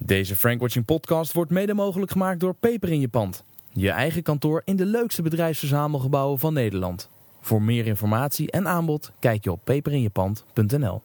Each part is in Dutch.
Deze Frank Watching podcast wordt mede mogelijk gemaakt door Peper in je pand. Je eigen kantoor in de leukste bedrijfsverzamelgebouwen van Nederland. Voor meer informatie en aanbod kijk je op peperinjepand.nl.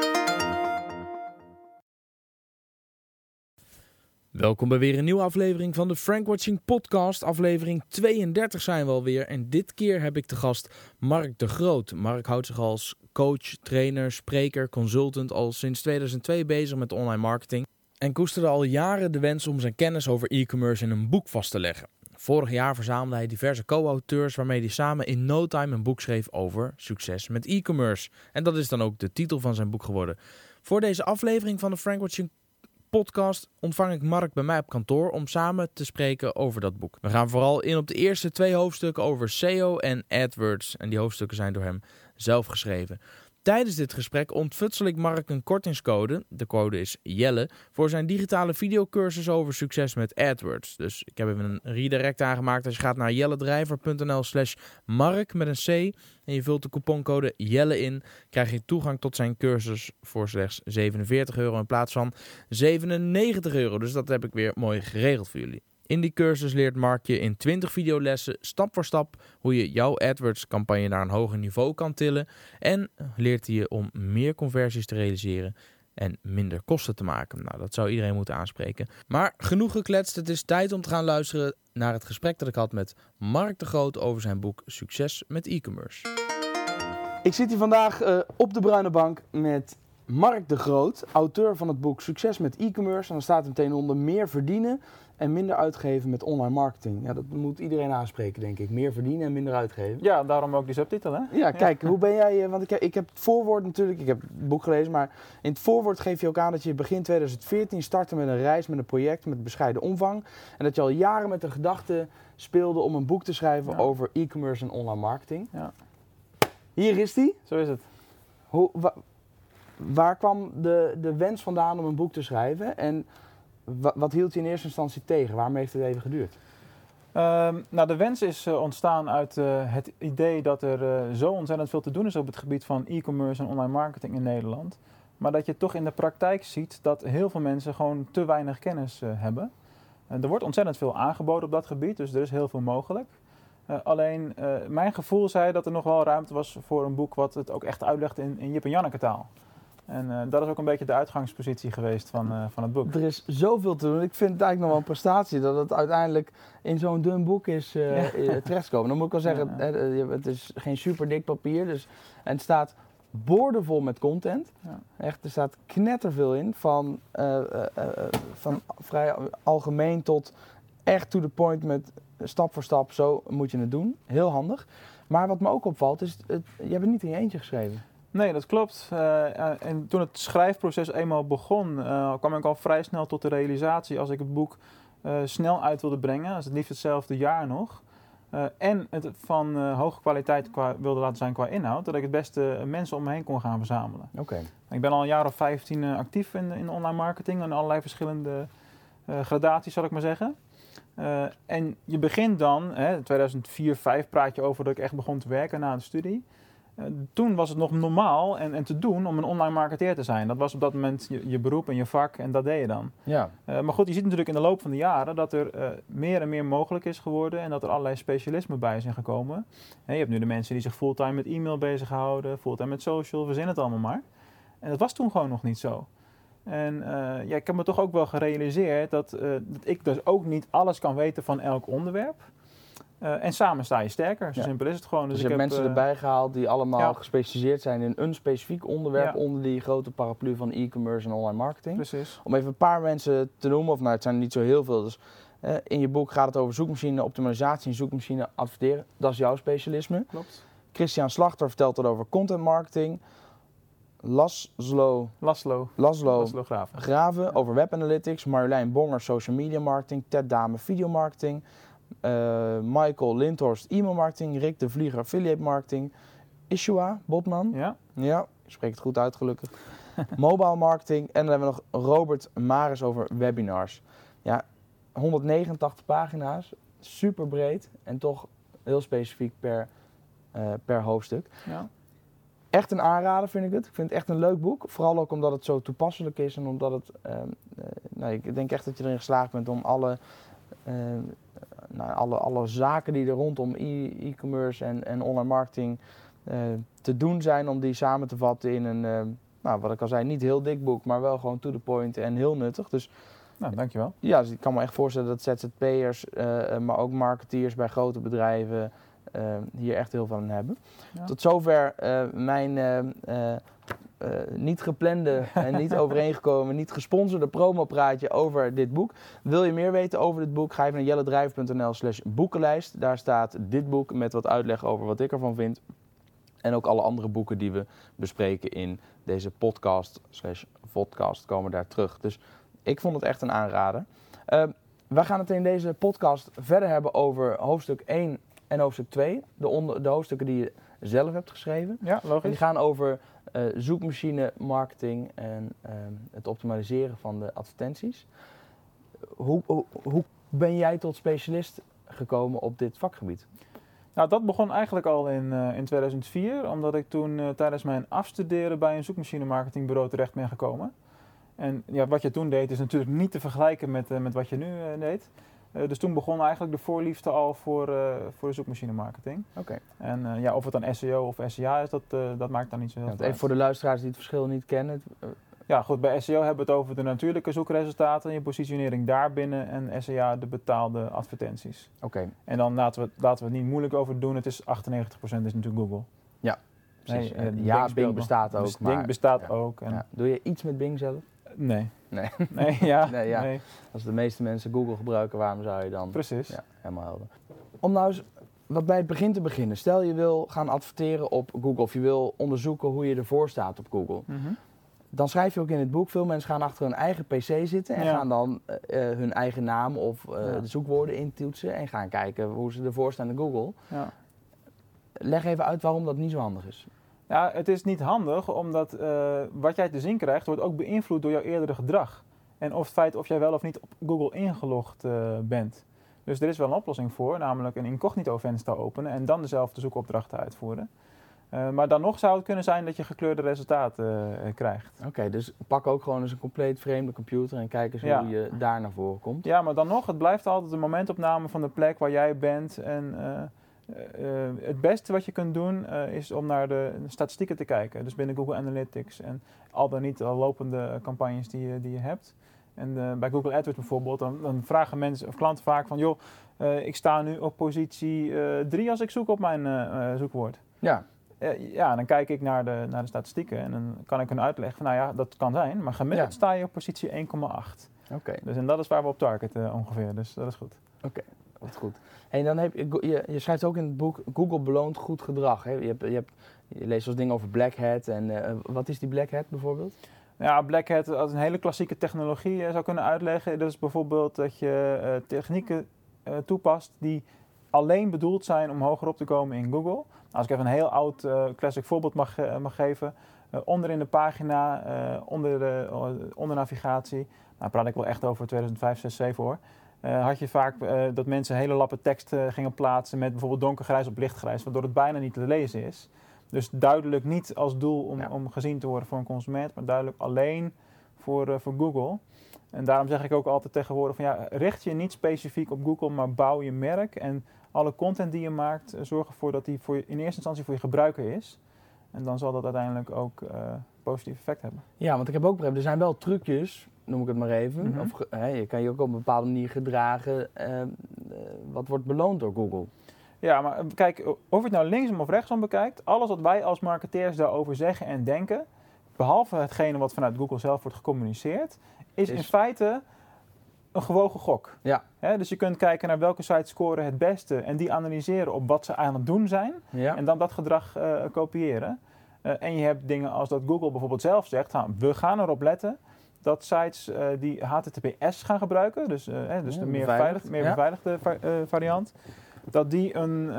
Welkom bij weer een nieuwe aflevering van de Frank Watching podcast. Aflevering 32 zijn we alweer en dit keer heb ik te gast Mark de Groot. Mark houdt zich als coach, trainer, spreker, consultant al sinds 2002 bezig met online marketing. En koesterde al jaren de wens om zijn kennis over e-commerce in een boek vast te leggen. Vorig jaar verzamelde hij diverse co-auteurs waarmee hij samen in no time een boek schreef over succes met e-commerce. En dat is dan ook de titel van zijn boek geworden. Voor deze aflevering van de Frank Watching podcast ontvang ik Mark bij mij op kantoor om samen te spreken over dat boek. We gaan vooral in op de eerste 2 hoofdstukken over SEO en AdWords. En die hoofdstukken zijn door hem zelf geschreven. Tijdens dit gesprek ontfutsel ik Mark een kortingscode, de code is Jelle, voor zijn digitale videocursus over succes met AdWords. Dus ik heb even een redirect aangemaakt. Als je gaat naar jelledrijver.nl/Mark met een C en je vult de couponcode Jelle in, krijg je toegang tot zijn cursus voor slechts €47 in plaats van €97. Dus dat heb ik weer mooi geregeld voor jullie. In die cursus leert Mark je in 20 videolessen stap voor stap hoe je jouw AdWords-campagne naar een hoger niveau kan tillen. En leert hij je om meer conversies te realiseren en minder kosten te maken. Nou, dat zou iedereen moeten aanspreken. Maar genoeg gekletst, het is tijd om te gaan luisteren naar het gesprek dat ik had met Mark de Groot over zijn boek Succes met e-commerce. Ik zit hier vandaag op de bruine bank met Mark de Groot, auteur van het boek Succes met e-commerce. En dan staat er meteen onder meer verdienen en minder uitgeven met online marketing. Ja, dat moet iedereen aanspreken, denk ik. Meer verdienen en minder uitgeven. Ja, daarom ook die subtitel, hè? Ja, kijk, hoe ben jij... Want ik heb het voorwoord natuurlijk, ik heb het boek gelezen, maar in het voorwoord geef je ook aan dat je begin 2014 startte met een reis, met een project, met bescheiden omvang. En dat je al jaren met de gedachte speelde om een boek te schrijven over e-commerce en online marketing. Ja. Hier is die. Zo is het. Waar kwam de wens vandaan om een boek te schrijven en wat hield je in eerste instantie tegen? Waarom heeft het even geduurd? Nou, de wens is ontstaan uit het idee dat er zo ontzettend veel te doen is op het gebied van e-commerce en online marketing in Nederland. Maar dat je toch in de praktijk ziet dat heel veel mensen gewoon te weinig kennis hebben. Er wordt ontzettend veel aangeboden op dat gebied, dus er is heel veel mogelijk. Alleen mijn gevoel zei dat er nog wel ruimte was voor een boek wat het ook echt uitlegt in Jip en Janneke taal. En dat is ook een beetje de uitgangspositie geweest van het boek. Er is zoveel te doen. Ik vind het eigenlijk nog wel een prestatie dat het uiteindelijk in zo'n dun boek is terechtgekomen. Dan moet ik wel zeggen, het is geen super dik papier. Dus, en het staat boordevol met content. Ja. Echt, er staat knetterveel in. Van vrij algemeen tot echt to the point met stap voor stap. Zo moet je het doen. Heel handig. Maar wat me ook opvalt is, je hebt het niet in je eentje geschreven. Nee, dat klopt. En toen het schrijfproces eenmaal begon, kwam ik al vrij snel tot de realisatie als ik het boek snel uit wilde brengen, als het liefst hetzelfde jaar nog, en het van hoge kwaliteit wilde laten zijn qua inhoud, dat ik het beste mensen om me heen kon gaan verzamelen. Okay. Ik ben al een jaar of 15 actief in online marketing en allerlei verschillende gradaties, zal ik maar zeggen. En je begint dan, 2004-2005 praat je over dat ik echt begon te werken na de studie. Toen was het nog normaal en te doen om een online marketeer te zijn. Dat was op dat moment je beroep en je vak en dat deed je dan. Ja. Maar goed, je ziet natuurlijk in de loop van de jaren dat er meer en meer mogelijk is geworden en dat er allerlei specialismen bij zijn gekomen. Je hebt nu de mensen die zich fulltime met e-mail bezighouden, fulltime met social, verzin het allemaal maar. En dat was toen gewoon nog niet zo. En ik heb me toch ook wel gerealiseerd dat ik dus ook niet alles kan weten van elk onderwerp. En samen sta je sterker, zo simpel is het gewoon. Dus je hebt mensen erbij gehaald die allemaal gespecialiseerd zijn in een specifiek onderwerp onder die grote paraplu van e-commerce en online marketing. Precies. Om even een paar mensen te noemen, of nou het zijn er niet zo heel veel. Dus in je boek gaat het over zoekmachine optimalisatie en zoekmachine adverteren. Dat is jouw specialisme. Klopt. Christian Slachter vertelt het over content marketing. Laszlo Graven over web analytics. Marjolein Bonger social media marketing. Ted Dame video marketing. Michael Lindhorst e-mail marketing, Rick de Vlieger affiliate marketing, Ishua Botman, ja, ik spreek het goed uit gelukkig, mobile marketing en dan hebben we nog Robert Maris over webinars. Ja, 189 pagina's, super breed en toch heel specifiek per hoofdstuk. Ja. Echt een aanrader vind ik het. Ik vind het echt een leuk boek, vooral ook omdat het zo toepasselijk is en omdat het ik denk echt dat je erin geslaagd bent om alle zaken die er rondom e-commerce en online marketing te doen zijn, om die samen te vatten in een, wat ik al zei, niet heel dik boek, maar wel gewoon to the point en heel nuttig. Dus Nou, dankjewel. ja, dus ik kan me echt voorstellen dat ZZP'ers, maar ook marketeers bij grote bedrijven hier echt heel veel aan hebben. Ja. Tot zover mijn niet geplande en niet overeengekomen, niet gesponsorde promopraatje over dit boek. Wil je meer weten over dit boek? Ga even naar jellendrijver.nl/boekenlijst. Daar staat dit boek met wat uitleg over wat ik ervan vind. En ook alle andere boeken die we bespreken in deze podcast/vodcast komen daar terug. Dus ik vond het echt een aanrader. We gaan het in deze podcast verder hebben over hoofdstuk 1 en hoofdstuk 2. De hoofdstukken die je zelf hebt geschreven. Ja, En logisch. die gaan over zoekmachine marketing en het optimaliseren van de advertenties. Hoe ben jij tot specialist gekomen op dit vakgebied? Nou, dat begon eigenlijk al in 2004, omdat ik toen tijdens mijn afstuderen bij een zoekmachine marketingbureau terecht ben gekomen. En ja, wat je toen deed is natuurlijk niet te vergelijken met wat je nu deed. Dus toen begon eigenlijk de voorliefde al voor de zoekmachine marketing. Oké. En of het dan SEO of SEA is, dat maakt dan niet zo heel veel Even uit. voor de luisteraars die het verschil niet kennen. Ja, goed, bij SEO hebben we het over de natuurlijke zoekresultaten, je positionering daarbinnen, en SEA de betaalde advertenties. Oké. En dan laten we het niet moeilijk over doen, het is 98% is natuurlijk Google. Precies. Bing Bing bestaat ook. Bing bestaat ja. ook. En Ja. Doe je iets met Bing zelf? Nee. Nee. Nee, ja. Nee, ja. Nee. Als de meeste mensen Google gebruiken, waarom zou je dan... Precies. Ja, helemaal helder. Om nou eens wat bij het begin te beginnen. Stel je wil gaan adverteren op Google of je wil onderzoeken hoe je ervoor staat op Google. Mhm. Dan schrijf je ook in het boek, veel mensen gaan achter hun eigen pc zitten en gaan dan hun eigen naam of de zoekwoorden intoetsen en gaan kijken hoe ze ervoor staan in Google. Ja. Leg even uit waarom dat niet zo handig is. Ja, het is niet handig, omdat wat jij te zien krijgt, wordt ook beïnvloed door jouw eerdere gedrag. En of het feit of jij wel of niet op Google ingelogd bent. Dus er is wel een oplossing voor, namelijk een incognito venster openen en dan dezelfde zoekopdrachten uitvoeren. Maar dan nog zou het kunnen zijn dat je gekleurde resultaten krijgt. Oké, dus pak ook gewoon eens een compleet vreemde computer en kijk eens hoe je daar naar voren komt. Ja, maar dan nog, het blijft altijd een momentopname van de plek waar jij bent. En het beste wat je kunt doen is om naar de statistieken te kijken. Dus binnen Google Analytics en al dan niet lopende campagnes die je hebt. En bij Google AdWords bijvoorbeeld, dan vragen mensen of klanten vaak van... joh, ik sta nu op positie 3 als ik zoek op mijn zoekwoord. Ja. Ja, dan kijk ik naar de statistieken en dan kan ik hun uitleggen van... nou ja, dat kan zijn, maar gemiddeld sta je op positie 1,8. Oké. Dus en dat is waar we op targeten ongeveer, dus dat is goed. Oké, wat goed. En dan heb je schrijft ook in het boek, Google beloont goed gedrag. Hè? Je leest zoals dingen over Black Hat en wat is die Black Hat bijvoorbeeld? Ja, Black Hat als een hele klassieke technologie zou kunnen uitleggen. Dat is bijvoorbeeld dat je technieken toepast die alleen bedoeld zijn om hoger op te komen in Google. Als ik even een heel oud classic voorbeeld mag geven. Onder in de pagina, onder navigatie, nou praat ik wel echt over 2005, 6, 7 hoor. Had je vaak dat mensen hele lappen tekst gingen plaatsen met bijvoorbeeld donkergrijs op lichtgrijs, waardoor het bijna niet te lezen is. Dus duidelijk niet als doel om gezien te worden voor een consument, maar duidelijk alleen voor Google. En daarom zeg ik ook altijd tegenwoordig van ja, richt je niet specifiek op Google, maar bouw je merk. En alle content die je maakt, zorg ervoor dat die in eerste instantie voor je gebruiker is. En dan zal dat uiteindelijk ook positief effect hebben. Ja, want ik heb ook begrepen, er zijn wel trucjes, noem ik het maar even. Mm-hmm. Of je kan je ook op een bepaalde manier gedragen. Wat wordt beloond door Google? Ja, maar kijk, of je het nou linksom of rechtsom bekijkt, alles wat wij als marketeers daarover zeggen en denken, behalve hetgene wat vanuit Google zelf wordt gecommuniceerd, is in feite een gewogen gok. Ja. Dus je kunt kijken naar welke sites scoren het beste en die analyseren op wat ze aan het doen zijn. Ja. En dan dat gedrag kopiëren. En je hebt dingen als dat Google bijvoorbeeld zelf zegt, we gaan erop letten dat sites die HTTPS gaan gebruiken, dus de meer beveiligde variant, dat die een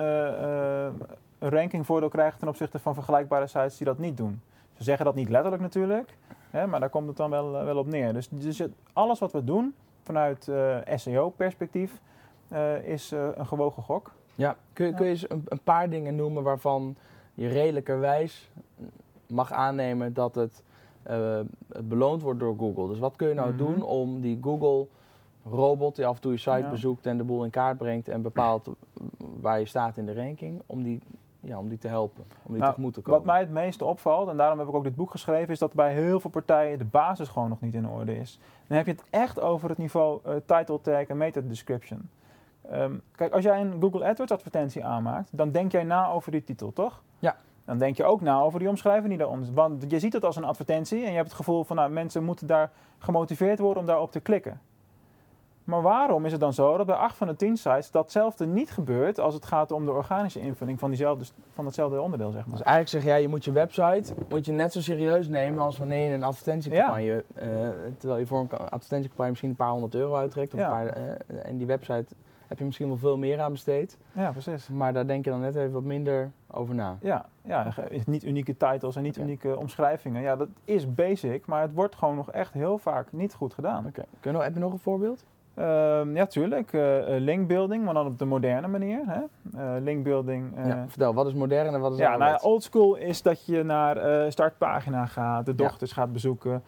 rankingvoordeel krijgen ten opzichte van vergelijkbare sites die dat niet doen. Ze zeggen dat niet letterlijk natuurlijk, maar daar komt het dan wel op neer. Dus alles wat we doen vanuit SEO-perspectief is een gewogen gok. Ja, kun je eens een paar dingen noemen waarvan je redelijkerwijs mag aannemen dat het beloond wordt door Google. Dus wat kun je nou doen om die Google-robot die af en toe je site bezoekt en de boel in kaart brengt en bepaalt waar je staat in de ranking, om die te helpen, om die tegemoet te komen. Wat mij het meeste opvalt, en daarom heb ik ook dit boek geschreven, is dat bij heel veel partijen de basis gewoon nog niet in orde is. Dan heb je het echt over het niveau title tag en meta description. Kijk, als jij een Google AdWords advertentie aanmaakt, dan denk jij na over die titel, toch? Ja. Dan denk je ook na over die omschrijving die daaronder zit. Want je ziet het als een advertentie en je hebt het gevoel van mensen moeten daar gemotiveerd worden om daarop te klikken. Maar waarom is het dan zo dat bij 8 van de 10 sites datzelfde niet gebeurt als het gaat om de organische invulling van hetzelfde onderdeel, zeg maar? Dus eigenlijk zeg jij, je moet je website net zo serieus nemen als wanneer je een advertentiecampagne, terwijl je voor een advertentiecampagne misschien een paar €100 uittrekt. Of en die website heb je misschien wel veel meer aan besteed. Ja, precies. Maar daar denk je dan net even wat minder over na. Ja, niet unieke titles en niet unieke omschrijvingen. Ja, dat is basic, maar het wordt gewoon nog echt heel vaak niet goed gedaan. Oké. Heb je nog een voorbeeld? Ja, tuurlijk. Linkbuilding, maar dan op de moderne manier. Hè? Linkbuilding. Vertel, wat is modern en wat is ouderwets? Old school is dat je naar startpagina gaat, de dochters gaat bezoeken.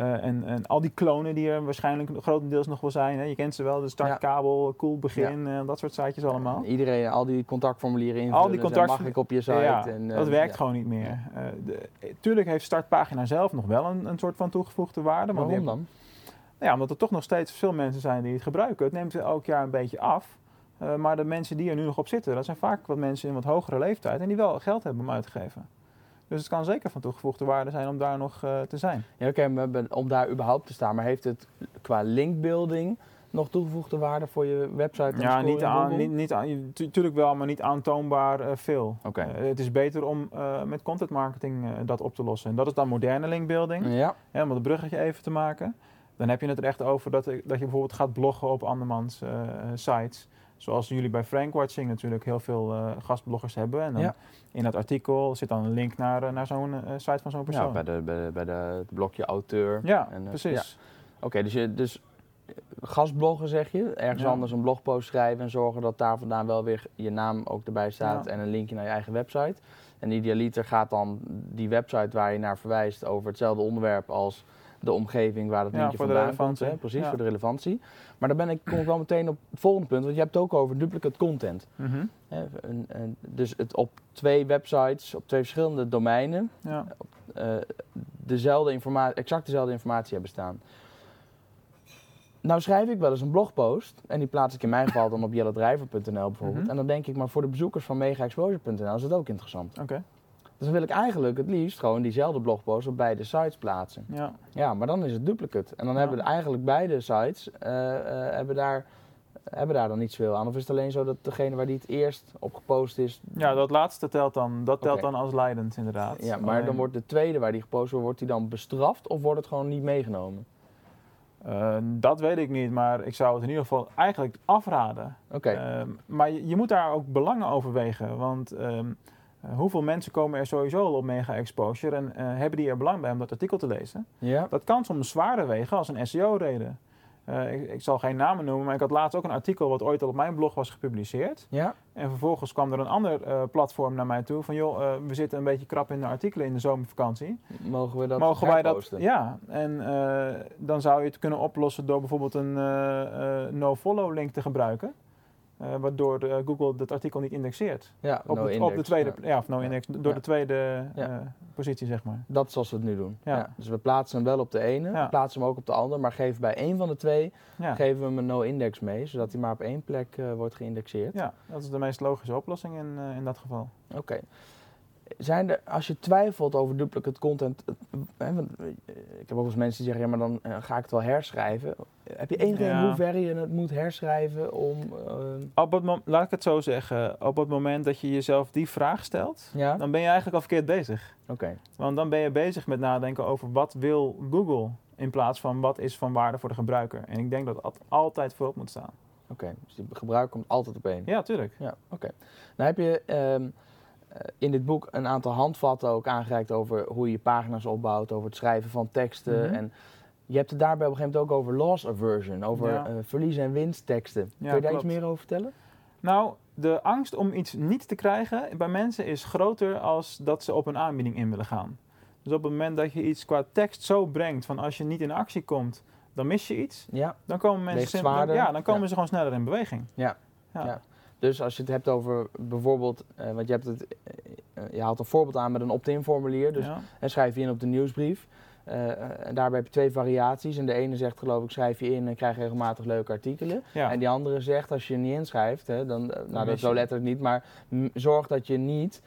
En al die klonen die er waarschijnlijk grotendeels nog wel zijn. Hè? Je kent ze wel, de startkabel, cool begin, dat soort sitejes allemaal. Iedereen, al die contactformulieren invullen, mag ik op je site. Ja, dat werkt gewoon niet meer. Tuurlijk heeft startpagina zelf nog wel een soort van toegevoegde waarde. Waarom dan? Ja, omdat er toch nog steeds veel mensen zijn die het gebruiken. Het neemt elk jaar een beetje af. Maar de mensen die er nu nog op zitten, dat zijn vaak wat mensen in wat hogere leeftijd en die wel geld hebben om uit te geven. Dus het kan zeker van toegevoegde waarde zijn om daar nog te zijn. Ja, oké, om daar überhaupt te staan. Maar heeft het qua linkbuilding nog toegevoegde waarde voor je website? Ja, natuurlijk wel, maar niet aantoonbaar veel. Okay. Het is beter om met content marketing dat op te lossen. En dat is dan moderne linkbuilding. Ja. Om het bruggetje even te maken. Dan heb je het er echt over dat je bijvoorbeeld gaat bloggen op andermans sites. Zoals jullie bij Frankwatching natuurlijk heel veel gastbloggers hebben. En dan in dat artikel zit dan een link naar zo'n site van zo'n persoon. Ja, bij het blokje auteur. Ja, en, precies. Ja. Oké, dus gastbloggen zeg je. Ergens anders een blogpost schrijven en zorgen dat daar vandaan wel weer je naam ook erbij staat. En een linkje naar je eigen website. En idealiter gaat dan die website waar je naar verwijst over hetzelfde onderwerp als de omgeving waar het linkje vandaan komt. Hè? Precies, voor de relevantie. Maar dan kom ik wel meteen op het volgende punt, want je hebt het ook over duplicate content. Mm-hmm. Dus het op 2 websites, op 2 verschillende domeinen, exact dezelfde informatie hebben staan. Nou schrijf ik wel eens een blogpost en die plaats ik in mijn geval dan op yellowdriver.nl bijvoorbeeld. Mm-hmm. En dan denk ik, maar voor de bezoekers van megaexposure.nl is het ook interessant. Okay. Dus dan wil ik eigenlijk het liefst gewoon diezelfde blogpost op beide sites plaatsen. Ja, maar dan is het duplicate. En dan hebben eigenlijk beide sites hebben daar dan niet zoveel aan. Of is het alleen zo dat degene waar die het eerst op gepost is... Ja, dat laatste telt dan als leidend inderdaad. Ja, maar dan wordt de tweede waar die gepost wordt die dan bestraft of wordt het gewoon niet meegenomen? Dat weet ik niet, maar ik zou het in ieder geval eigenlijk afraden. Okay. Maar je moet daar ook belangen overwegen, want... hoeveel mensen komen er sowieso al op mega exposure en hebben die er belang bij om dat artikel te lezen? Ja. Dat kan soms zwaarder wegen als een SEO-reden. Ik zal geen namen noemen, maar ik had laatst ook een artikel wat ooit al op mijn blog was gepubliceerd. Ja. En vervolgens kwam er een ander platform naar mij toe van we zitten een beetje krap in de artikelen in de zomervakantie. Mogen wij dat posten? Ja, en dan zou je het kunnen oplossen door bijvoorbeeld een no-follow link te gebruiken. Waardoor Google het artikel niet indexeert. Ja, op de tweede, of no-index, door de tweede positie, zeg maar. Dat is zoals we het nu doen. Ja. Dus we plaatsen hem wel op de ene, plaatsen hem ook op de andere, maar geven bij één van de twee geven we hem een no-index mee, zodat hij maar op één plek wordt geïndexeerd. Ja, dat is de meest logische oplossing in dat geval. Oké. Zijn er, als je twijfelt over duplicate content, ik heb ook eens mensen die zeggen, ja, maar dan ga ik het wel herschrijven. Heb je enig idee in hoeverre je het moet herschrijven om... Laat ik het zo zeggen, op het moment dat je jezelf die vraag stelt, dan ben je eigenlijk al verkeerd bezig. Okay. Want dan ben je bezig met nadenken over wat wil Google in plaats van wat is van waarde voor de gebruiker. En ik denk dat dat altijd voorop moet staan. Oké, dus de gebruiker komt altijd op één. Ja, tuurlijk. Ja, oké. Dan heb je... in dit boek een aantal handvatten ook aangereikt over hoe je je pagina's opbouwt, over het schrijven van teksten. Mm-hmm. En je hebt het daarbij op een gegeven moment ook over loss aversion, over verlies- en winstteksten. Kun je daar iets meer over vertellen? Nou, de angst om iets niet te krijgen bij mensen is groter als dat ze op een aanbieding in willen gaan. Dus op het moment dat je iets qua tekst zo brengt, van als je niet in actie komt, dan mis je iets. Ja. Dan komen mensen dan komen ze gewoon sneller in beweging. Ja. Dus als je het hebt over bijvoorbeeld, want je haalt een voorbeeld aan met een opt-in formulier, dus schrijf je in op de nieuwsbrief. En daarbij heb je 2 variaties. En de ene zegt, geloof ik, schrijf je in en krijg je regelmatig leuke artikelen. Ja. En die andere zegt, als je je niet inschrijft, hè, dan dat is zo letterlijk niet, maar zorg dat je niet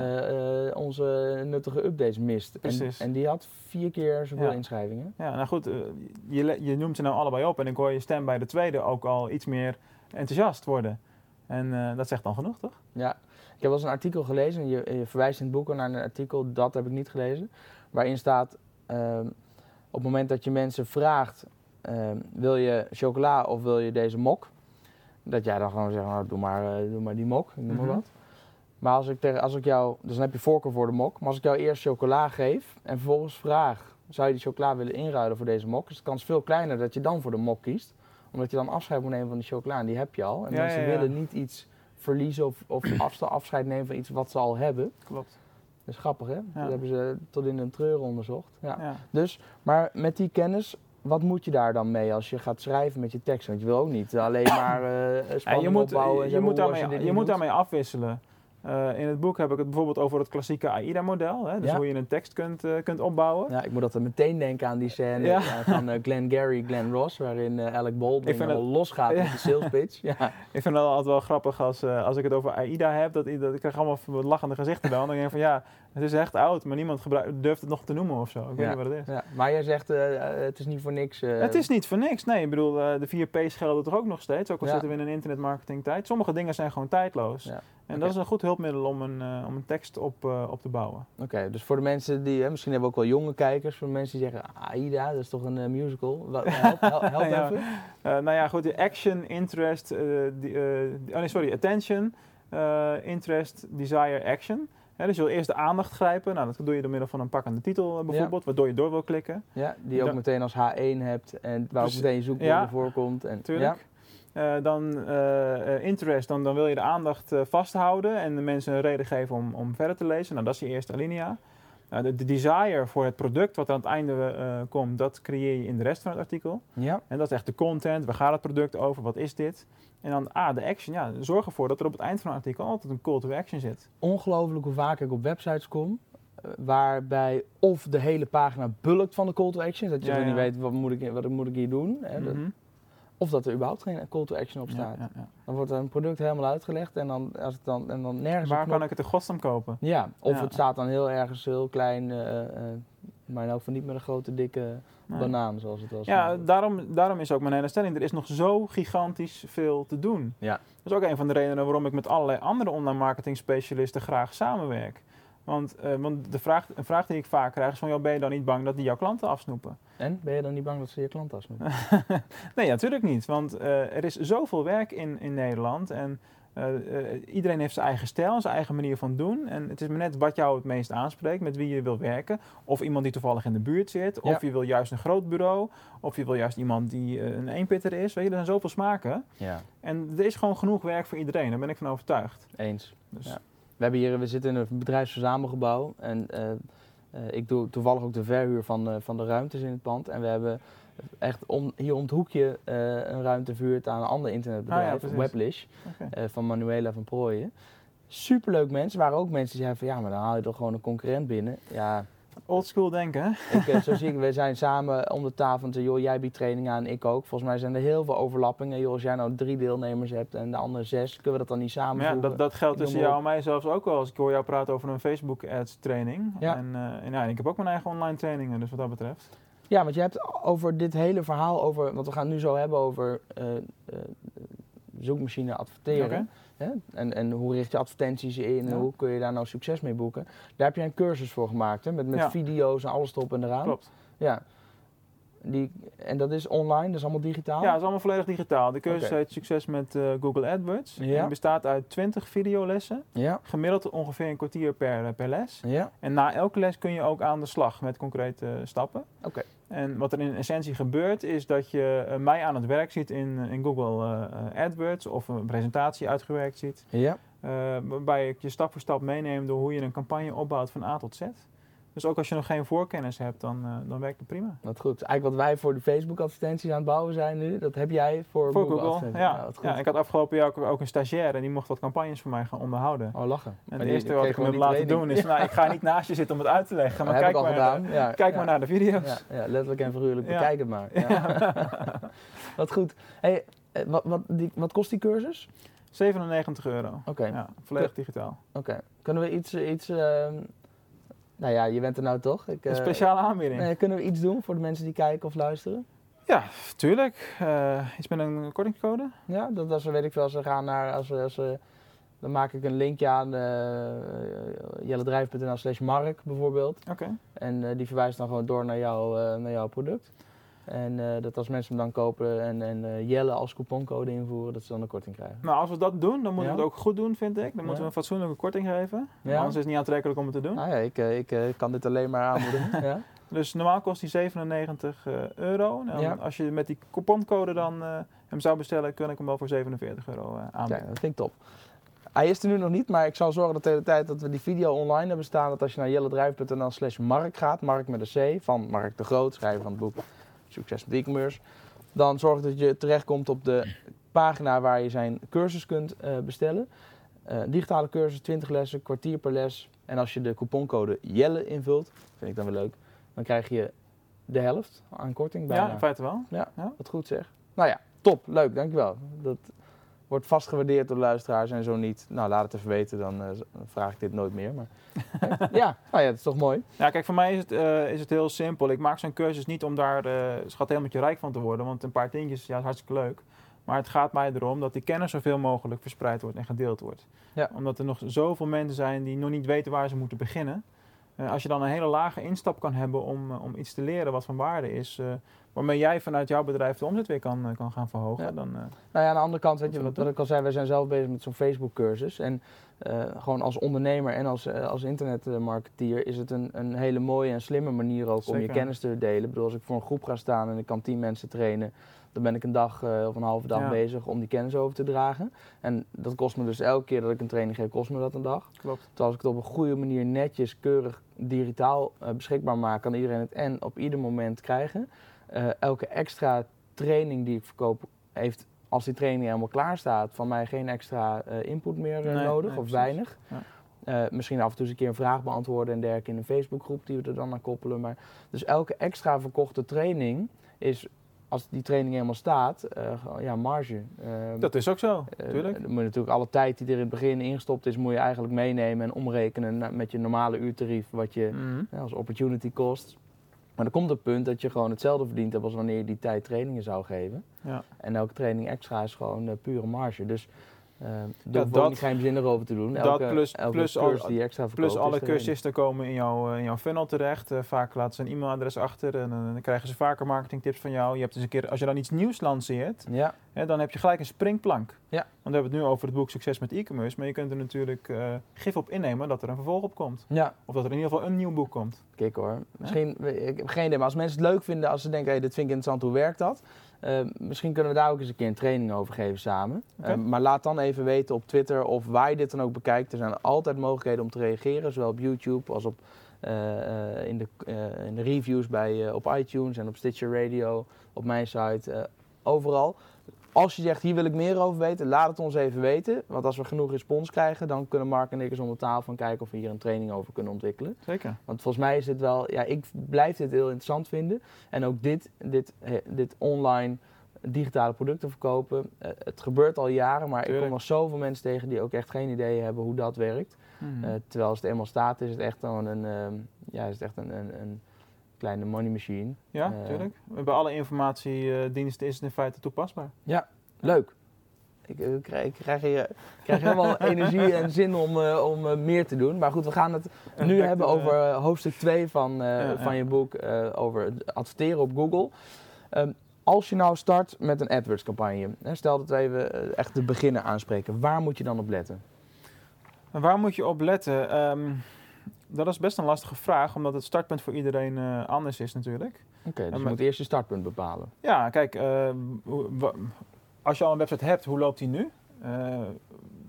onze nuttige updates mist. En die had 4 keer zoveel inschrijvingen. Ja, nou goed, je noemt ze nou allebei op en ik hoor je stem bij de tweede ook al iets meer enthousiast worden. En dat zegt dan genoeg, toch? Ja, ik heb wel eens een artikel gelezen en je verwijst in het boek naar een artikel, dat heb ik niet gelezen, waarin staat, op het moment dat je mensen vraagt, wil je chocola of wil je deze mok? Dat jij dan gewoon zegt, nou, doe maar die mok, noem maar wat. Maar als ik jou, dus dan heb je voorkeur voor de mok, maar als ik jou eerst chocola geef en vervolgens vraag, zou je die chocola willen inruilen voor deze mok? Is de kans veel kleiner dat je dan voor de mok kiest. Omdat je dan afscheid moet nemen van die chocola en die heb je al. En mensen willen niet iets verliezen of afscheid nemen van iets wat ze al hebben. Klopt. Dat is grappig, hè? Ja. Dat hebben ze tot in een treuren onderzocht. Ja. Dus, maar met die kennis, wat moet je daar dan mee als je gaat schrijven met je tekst? Want je wil ook niet alleen maar spanning opbouwen. Je moet daarmee afwisselen. In het boek heb ik het bijvoorbeeld over het klassieke AIDA-model. Dus hoe je een tekst kunt opbouwen. Ja, ik moet altijd meteen denken aan die scène van Glengarry, Glen Ross, waarin Alec Baldwin losgaat met de sales pitch. Ja. Ik vind het altijd wel grappig als ik het over AIDA heb, dat ik krijg allemaal lachende gezichten dan. Dan denk ik van het is echt oud, maar niemand durft het nog te noemen of zo. Ik weet niet wat het is. Ja. Maar jij zegt, het is niet voor niks. Het is niet voor niks, nee. Ik bedoel, de 4 P's gelden toch ook nog steeds, ook al zitten we in een internetmarketing tijd. Sommige dingen zijn gewoon tijdloos. Ja. En dat is een goed hulpmiddel om een tekst op te bouwen. Oké, dus voor de mensen die, misschien hebben we ook wel jonge kijkers, voor de mensen die zeggen, AIDA, dat is toch een musical. Help even. Nou ja, goed, de action, interest, attention, interest, desire, action. Dus je wil eerst de aandacht grijpen. Nou, dat doe je door middel van een pakkende titel bijvoorbeeld, waardoor je door wil klikken. Ja, die je ook meteen als H1 hebt en waar ook meteen je zoekwoorden voorkomt. Tuurlijk. Dan interest, dan wil je de aandacht vasthouden en de mensen een reden geven om verder te lezen. Nou, dat is je eerste alinea. De desire voor het product wat aan het einde komt, dat creëer je in de rest van het artikel. Ja. En dat is echt de content, waar gaat het product over, wat is dit? En dan de action, zorg ervoor dat er op het eind van het artikel altijd een call to action zit. Ongelooflijk hoe vaak ik op websites kom, waarbij of de hele pagina bulkt van de call to action, dat je niet weet wat moet ik hier doen. Hè, of dat er überhaupt geen call to action op staat. Ja. Dan wordt een product helemaal uitgelegd en dan nergens. Waar kan ik het in godsnaam kopen? Ja, of het staat dan heel klein, maar in elk geval niet met een grote dikke banaan zoals het was. Ja, daarom is ook mijn hele stelling, er is nog zo gigantisch veel te doen. Ja. Dat is ook een van de redenen waarom ik met allerlei andere online marketing specialisten graag samenwerk. Want een vraag die ik vaak krijg is van, ben je dan niet bang dat die jouw klanten afsnoepen? En? Ben je dan niet bang dat ze je klanten afsnoepen? Nee, natuurlijk niet. Want er is zoveel werk in Nederland. En iedereen heeft zijn eigen stijl, zijn eigen manier van doen. En het is maar net wat jou het meest aanspreekt, met wie je wil werken. Of iemand die toevallig in de buurt zit. Of je wil juist een groot bureau. Of je wil juist iemand die een eenpitter is. Weet je, er zijn zoveel smaken. Ja. En er is gewoon genoeg werk voor iedereen. Daar ben ik van overtuigd. Eens. Dus. Ja. We zitten in een bedrijfsverzamelgebouw en ik doe toevallig ook de verhuur van de ruimtes in het pand. En we hebben echt hier om het hoekje een ruimte verhuurd aan een ander internetbedrijf, Weblish, van Manuela van Prooijen. Superleuk mensen, waren ook mensen die zeiden van maar dan haal je toch gewoon een concurrent binnen. Ja. Oldschool denken, hè? Zo zie ik, we zijn samen om de tafel en zeggen, jij biedt training aan, ik ook. Volgens mij zijn er heel veel overlappingen. Als jij nou 3 deelnemers hebt en de andere 6, kunnen we dat dan niet samen doen? Ja, dat geldt tussen jou en mij zelfs ook wel. Als ik hoor jou praten over een Facebook ads training. Ja. En ik heb ook mijn eigen online trainingen, dus wat dat betreft. Ja, want je hebt over dit hele verhaal, want we gaan het nu zo hebben over zoekmachine adverteren. Okay. En hoe richt je advertenties in en hoe kun je daar nou succes mee boeken. Daar heb je een cursus voor gemaakt, hè? Met video's en alles erop en eraan. Klopt. Ja. En dat is online, dat is allemaal digitaal? Ja, dat is allemaal volledig digitaal. De cursus heet Succes met Google AdWords. Ja. En die bestaat uit 20 videolessen. Ja. Gemiddeld ongeveer een kwartier per les. Ja. En na elke les kun je ook aan de slag met concrete stappen. Okay. En wat er in essentie gebeurt is dat je mij aan het werk ziet in Google AdWords of een presentatie uitgewerkt ziet. Ja. Waarbij ik je stap voor stap meeneem door hoe je een campagne opbouwt van A tot Z. Dus ook als je nog geen voorkennis hebt, dan werkt het prima. Wat goed. Dus eigenlijk wat wij voor de Facebook-advertenties aan het bouwen zijn nu, dat heb jij voor Google. Ja, wat goed. Ja, ik had afgelopen jaar ook een stagiair en die mocht wat campagnes voor mij gaan onderhouden. Oh, lachen. En het eerste wat ik hem heb laten doen is, ik ga niet naast je zitten om het uit te leggen, maar kijk maar naar de video's. Ja, letterlijk en figuurlijk, bekijk het maar. Ja. Wat goed. Hey, wat kost die cursus? €97. Oké. Ja, volledig digitaal. Oké. Kunnen we iets nou ja, je bent er nou toch? Een speciale aanbieding. Kunnen we iets doen voor de mensen die kijken of luisteren? Ja, tuurlijk. Iets met een kortingscode? Ja, dat als we, weet ik veel, als we gaan naar, dan maak ik een linkje aan jelledrijf.nl/mark bijvoorbeeld. Oké. En die verwijst dan gewoon door naar jouw product. En dat als mensen hem dan kopen en Jelle als couponcode invoeren, dat ze dan een korting krijgen. Nou, als we dat doen, dan moeten we het ook goed doen, vind ik. Dan moeten we een fatsoenlijke korting geven. Ja. Anders is het niet aantrekkelijk om het te doen. Nou ja, ik kan dit alleen maar aanmoedigen. Ja. Dus normaal kost die €97. Nou, als je met die couponcode dan hem zou bestellen, kan ik hem wel voor €47 aanbieden. Ja, dat vind ik top. Hij is er nu nog niet, maar ik zal zorgen dat de hele tijd dat we die video online hebben staan. Dat als je naar jelledrijf.nl/mark gaat, Mark met een C, van Mark de Groot, schrijver van het boek Succes met e-commerce. Dan zorg dat je terechtkomt op de pagina waar je zijn cursus kunt bestellen. Digitale cursus, 20 lessen, kwartier per les. En als je de couponcode Jelle invult, vind ik dan weer leuk, dan krijg je de helft aan korting bijna. Ja, in feite wel. Ja, wat goed zeg. Nou ja, top, leuk, dankjewel. Dat wordt vast gewaardeerd door de luisteraars en zo niet. Nou, laat het even weten, dan vraag ik dit nooit meer. Maar ja, nou ja, dat is toch mooi. Ja, kijk, voor mij is het heel simpel. Ik maak zo'n cursus niet om daar schat helemaal rijk van te worden, want een paar tientjes, ja, is hartstikke leuk. Maar het gaat mij erom dat die kennis zoveel mogelijk verspreid wordt en gedeeld wordt. Ja. Omdat er nog zoveel mensen zijn die nog niet weten waar ze moeten beginnen. Als je dan een hele lage instap kan hebben om iets te leren wat van waarde is, waarmee jij vanuit jouw bedrijf de omzet weer kan gaan verhogen. Ja. Dan, nou ja, aan de andere kant, weet je, wat ik al zei, wij zijn zelf bezig met zo'n Facebook cursus. En gewoon als ondernemer en als internetmarketeer is het een hele mooie en slimme manier ook om je kennis te delen. Ik bedoel, als ik voor een groep ga staan en ik kan 10 mensen trainen, dan ben ik een dag of een halve dag bezig om die kennis over te dragen. En dat kost me dus elke keer dat ik een training geef, kost me dat een dag. Klopt. Terwijl als ik het op een goede manier netjes, keurig, digitaal beschikbaar maak, kan iedereen het en op ieder moment krijgen. Elke extra training die ik verkoop heeft, als die training helemaal klaar staat, van mij geen extra input meer nodig of weinig. Ja. Misschien af en toe eens een keer een vraag beantwoorden en dergelijke in een Facebookgroep die we er dan aan koppelen. Maar dus elke extra verkochte training is, als die training helemaal staat, marge. Dat is ook zo, natuurlijk. Dan moet je natuurlijk alle tijd die er in het begin ingestopt is, moet je eigenlijk meenemen en omrekenen met je normale uurtarief, wat je als opportunity kost. Maar er komt een punt dat je gewoon hetzelfde verdient hebt als wanneer je die tijd trainingen zou geven. Ja. En elke training extra is gewoon pure marge. Dus daar hoef je niet geheimzinnig over te doen. Elke cursus die extra verkoopt, plus alle cursisten komen in jouw funnel terecht. Vaak laten ze een e-mailadres achter en dan krijgen ze vaker marketingtips van jou. Je hebt eens een keer, als je dan iets nieuws lanceert, dan heb je gelijk een springplank. Ja. Want we hebben het nu over het boek Succes met e-commerce, maar je kunt er natuurlijk gif op innemen dat er een vervolg op komt. Ja. Of dat er in ieder geval een nieuw boek komt. Kijk hoor, misschien, ik heb geen idee, maar als mensen het leuk vinden, als ze denken, hey, dit vind ik interessant, hoe werkt dat? Misschien kunnen we daar ook eens een keer een training over geven samen. Okay. Maar laat dan even weten op Twitter of waar je dit dan ook bekijkt. Er zijn altijd mogelijkheden om te reageren, zowel op YouTube als in de reviews op iTunes en op Stitcher Radio, op mijn site, overal. Als je zegt, hier wil ik meer over weten, laat het ons even weten. Want als we genoeg respons krijgen, dan kunnen Mark en ik eens om de tafel gaan kijken of we hier een training over kunnen ontwikkelen. Zeker. Want volgens mij is dit wel, ik blijf dit heel interessant vinden. En ook dit online digitale producten verkopen, het gebeurt al jaren, maar ik kom nog zoveel mensen tegen die ook echt geen idee hebben hoe dat werkt. Terwijl als het eenmaal staat, is het echt dan een kleine money machine. Ja, natuurlijk. Bij alle informatiediensten is het in feite toepasbaar. Ja, leuk. Ik krijg helemaal energie en zin om meer te doen. Maar goed, we gaan het nu hebben over hoofdstuk 2 van je boek, over het adverteren op Google. Als je nou start met een AdWords campagne, stel dat we even echt de beginnen aanspreken, waar moet je dan op letten? Waar moet je op letten? Dat is best een lastige vraag, omdat het startpunt voor iedereen anders is natuurlijk. Oké, dus je moet eerst je startpunt bepalen. Ja, kijk, als je al een website hebt, hoe loopt die nu?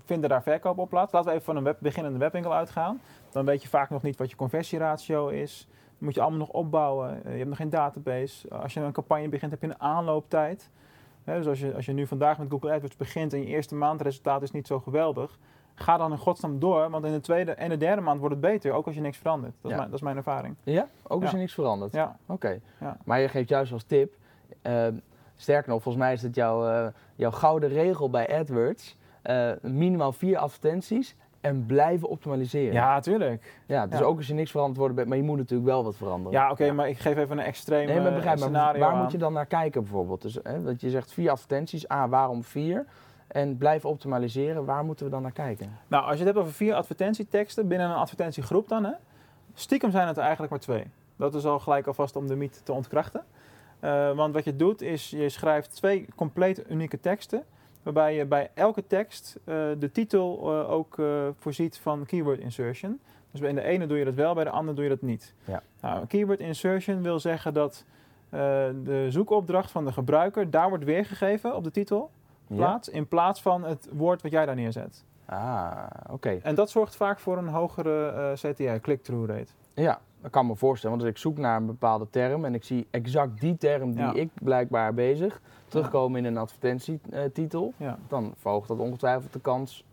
vinden daar verkoop op plaats. Laten we even van een beginnende webwinkel uitgaan. Dan weet je vaak nog niet wat je conversieratio is. Dat moet je allemaal nog opbouwen. Je hebt nog geen database. Als je een campagne begint, heb je een aanlooptijd. Dus als je nu vandaag met Google AdWords begint en je eerste maandresultaat is niet zo geweldig, ga dan in godsnaam door, want in de tweede en de derde maand wordt het beter, ook als je niks verandert. Dat is mijn ervaring. Ja? Ook als je niks verandert? Ja. Oké. Ja. Maar je geeft juist als tip, sterker nog, volgens mij is het jouw gouden regel bij AdWords, minimaal 4 advertenties en blijven optimaliseren. Ja, tuurlijk. Ja, dus ook als je niks veranderd wordt, maar je moet natuurlijk wel wat veranderen. Ja, oké, maar ik geef even een extreem scenario maar waar aan. moet je dan naar kijken bijvoorbeeld? Dus, dat je zegt 4 advertenties, waarom 4? En blijven optimaliseren, waar moeten we dan naar kijken? Nou, als je het hebt over 4 advertentieteksten binnen een advertentiegroep dan, stiekem zijn het er eigenlijk maar 2. Dat is al gelijk alvast om de mythe te ontkrachten. Want wat je doet is, je schrijft 2 compleet unieke teksten, waarbij je bij elke tekst de titel ook voorziet van keyword insertion. Dus bij de ene doe je dat wel, bij de andere doe je dat niet. Ja. Nou, keyword insertion wil zeggen dat de zoekopdracht van de gebruiker daar wordt weergegeven op de titelplaats, in plaats van het woord wat jij daar neerzet. Oké. En dat zorgt vaak voor een hogere CTR, click-through rate. Ja, dat kan me voorstellen. Want als ik zoek naar een bepaalde term en ik zie exact die term die ik blijkbaar bezig terugkomen in een advertentietitel, dan verhoogt dat ongetwijfeld de kans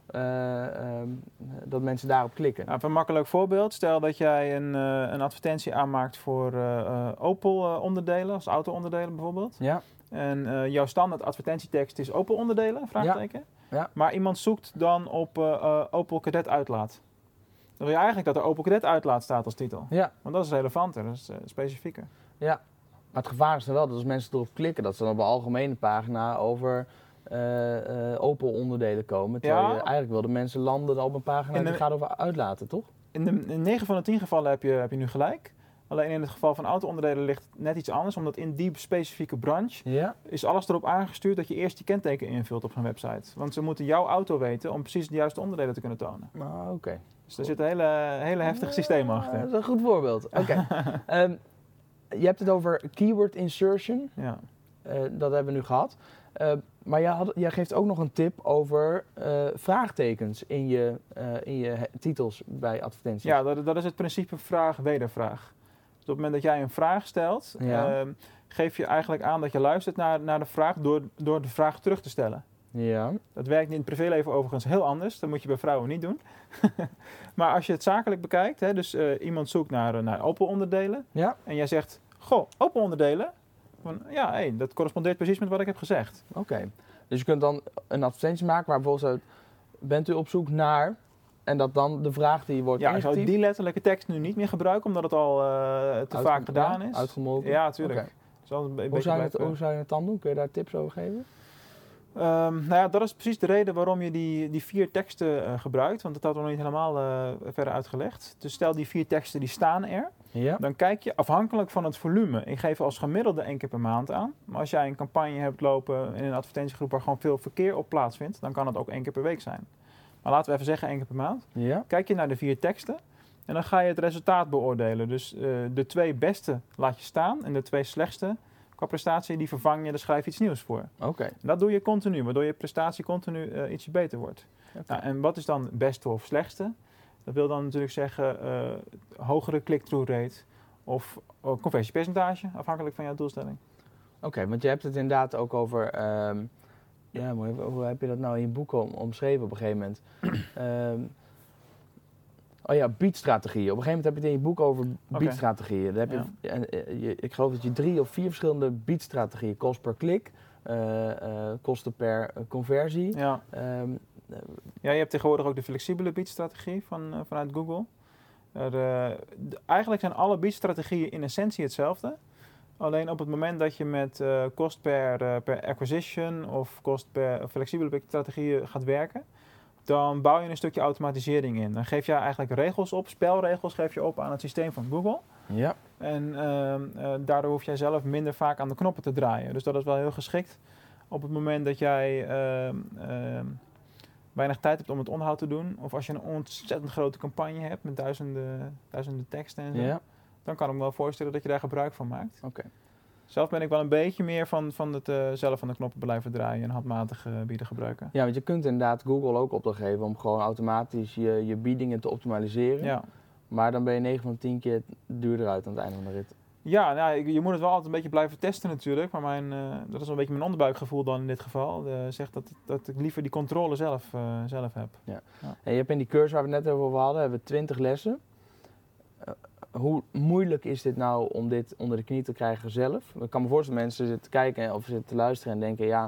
dat mensen daarop klikken. Nou, een makkelijk voorbeeld. Stel dat jij een advertentie aanmaakt voor Opel-onderdelen, als auto-onderdelen bijvoorbeeld. Ja. En jouw standaard advertentietekst is Opel-onderdelen, vraagteken. Ja. Maar iemand zoekt dan op Opel Kadett uitlaat. Dan wil je eigenlijk dat er Opel Kadett uitlaat staat als titel. Ja. Want dat is relevanter, dat is specifieker. Ja, maar het gevaar is dan wel dat als mensen erop klikken, dat ze dan op een algemene pagina over Opel-onderdelen komen. Terwijl je eigenlijk wil de mensen landen op een pagina die gaat over uitlaten, toch? In 9 van de 10 gevallen heb je nu gelijk. Alleen in het geval van auto-onderdelen ligt het net iets anders, omdat in die specifieke branche is alles erop aangestuurd dat je eerst je kenteken invult op zo'n website. Want ze moeten jouw auto weten om precies de juiste onderdelen te kunnen tonen. Oké. Dus er zit een hele heftig systeem achter. Dat is een goed voorbeeld. Oké. Je hebt het over keyword insertion. Ja. Dat hebben we nu gehad. Maar jij geeft ook nog een tip over vraagtekens in je titels bij advertenties. Ja, dat is het principe vraag-wedervraag. Dus op het moment dat jij een vraag stelt, geef je eigenlijk aan dat je luistert naar de vraag door de vraag terug te stellen. Ja. Dat werkt in het privéleven overigens heel anders. Dat moet je bij vrouwen niet doen. Maar als je het zakelijk bekijkt, dus iemand zoekt naar Opel-onderdelen. Ja. En jij zegt, goh, Opel-onderdelen? Dat correspondeert precies met wat ik heb gezegd. Oké. Dus je kunt dan een advertentie maken waar bijvoorbeeld bent u op zoek naar... En dat dan de vraag die wordt ingetypt? Ja, ik zou die letterlijke tekst nu niet meer gebruiken, omdat het al te vaak gedaan is. Uitgemolken? Ja, natuurlijk. Okay. Hoe zou je het dan doen? Kun je daar tips over geven? Dat is precies de reden waarom je die 4 teksten gebruikt. Want dat hadden we nog niet helemaal verder uitgelegd. Dus stel die 4 teksten die staan er. Ja. Dan kijk je afhankelijk van het volume. Ik geef als gemiddelde 1 keer per maand aan. Maar als jij een campagne hebt lopen in een advertentiegroep waar gewoon veel verkeer op plaatsvindt, dan kan het ook 1 keer per week zijn. Maar laten we even zeggen 1 keer per maand. Ja. Kijk je naar de 4 teksten en dan ga je het resultaat beoordelen. Dus de 2 beste laat je staan en de 2 slechtste qua prestatie, die vervang je, daar schrijf je iets nieuws voor. Okay. Dat doe je continu, waardoor je prestatie continu ietsje beter wordt. Okay. Nou, en wat is dan beste of slechtste? Dat wil dan natuurlijk zeggen hogere click-through rate of conversiepercentage, afhankelijk van jouw doelstelling. Oké, want je hebt het inderdaad ook over... hoe heb je dat nou in je boek omschreven op een gegeven moment? Biedstrategieën. Op een gegeven moment heb je het in je boek over biedstrategieën. Dan heb ik geloof dat je 3 of 4 verschillende biedstrategieën, kost per klik, kosten per conversie. Ja. Je hebt tegenwoordig ook de flexibele biedstrategie vanuit Google. Eigenlijk zijn alle biedstrategieën in essentie hetzelfde. Alleen op het moment dat je met kost per acquisition of kost per flexibele strategieën gaat werken, dan bouw je een stukje automatisering in. Dan geef je eigenlijk regels op, spelregels geef je op aan het systeem van Google. Ja. En daardoor hoef jij zelf minder vaak aan de knoppen te draaien. Dus dat is wel heel geschikt op het moment dat jij weinig tijd hebt om het onderhoud te doen. Of als je een ontzettend grote campagne hebt met duizenden teksten en zo. Ja. Dan kan ik me wel voorstellen dat je daar gebruik van maakt. Okay. Zelf ben ik wel een beetje meer van het zelf van de knoppen blijven draaien en handmatig bieden gebruiken. Ja, want je kunt inderdaad Google ook opdracht geven om gewoon automatisch je biedingen te optimaliseren. Ja. Maar dan ben je 9 van de 10 keer duurder uit aan het einde van de rit. Ja, nou, je moet het wel altijd een beetje blijven testen natuurlijk. Maar dat is wel een beetje mijn onderbuikgevoel dan in dit geval. Zegt dat ik liever die controle zelf heb. Ja. En je hebt in die cursus waar we het net over hadden, hebben we 20 lessen. Hoe moeilijk is dit nou om dit onder de knie te krijgen zelf? Ik kan me voorstellen dat mensen zitten te kijken of zitten te luisteren en denken... ja,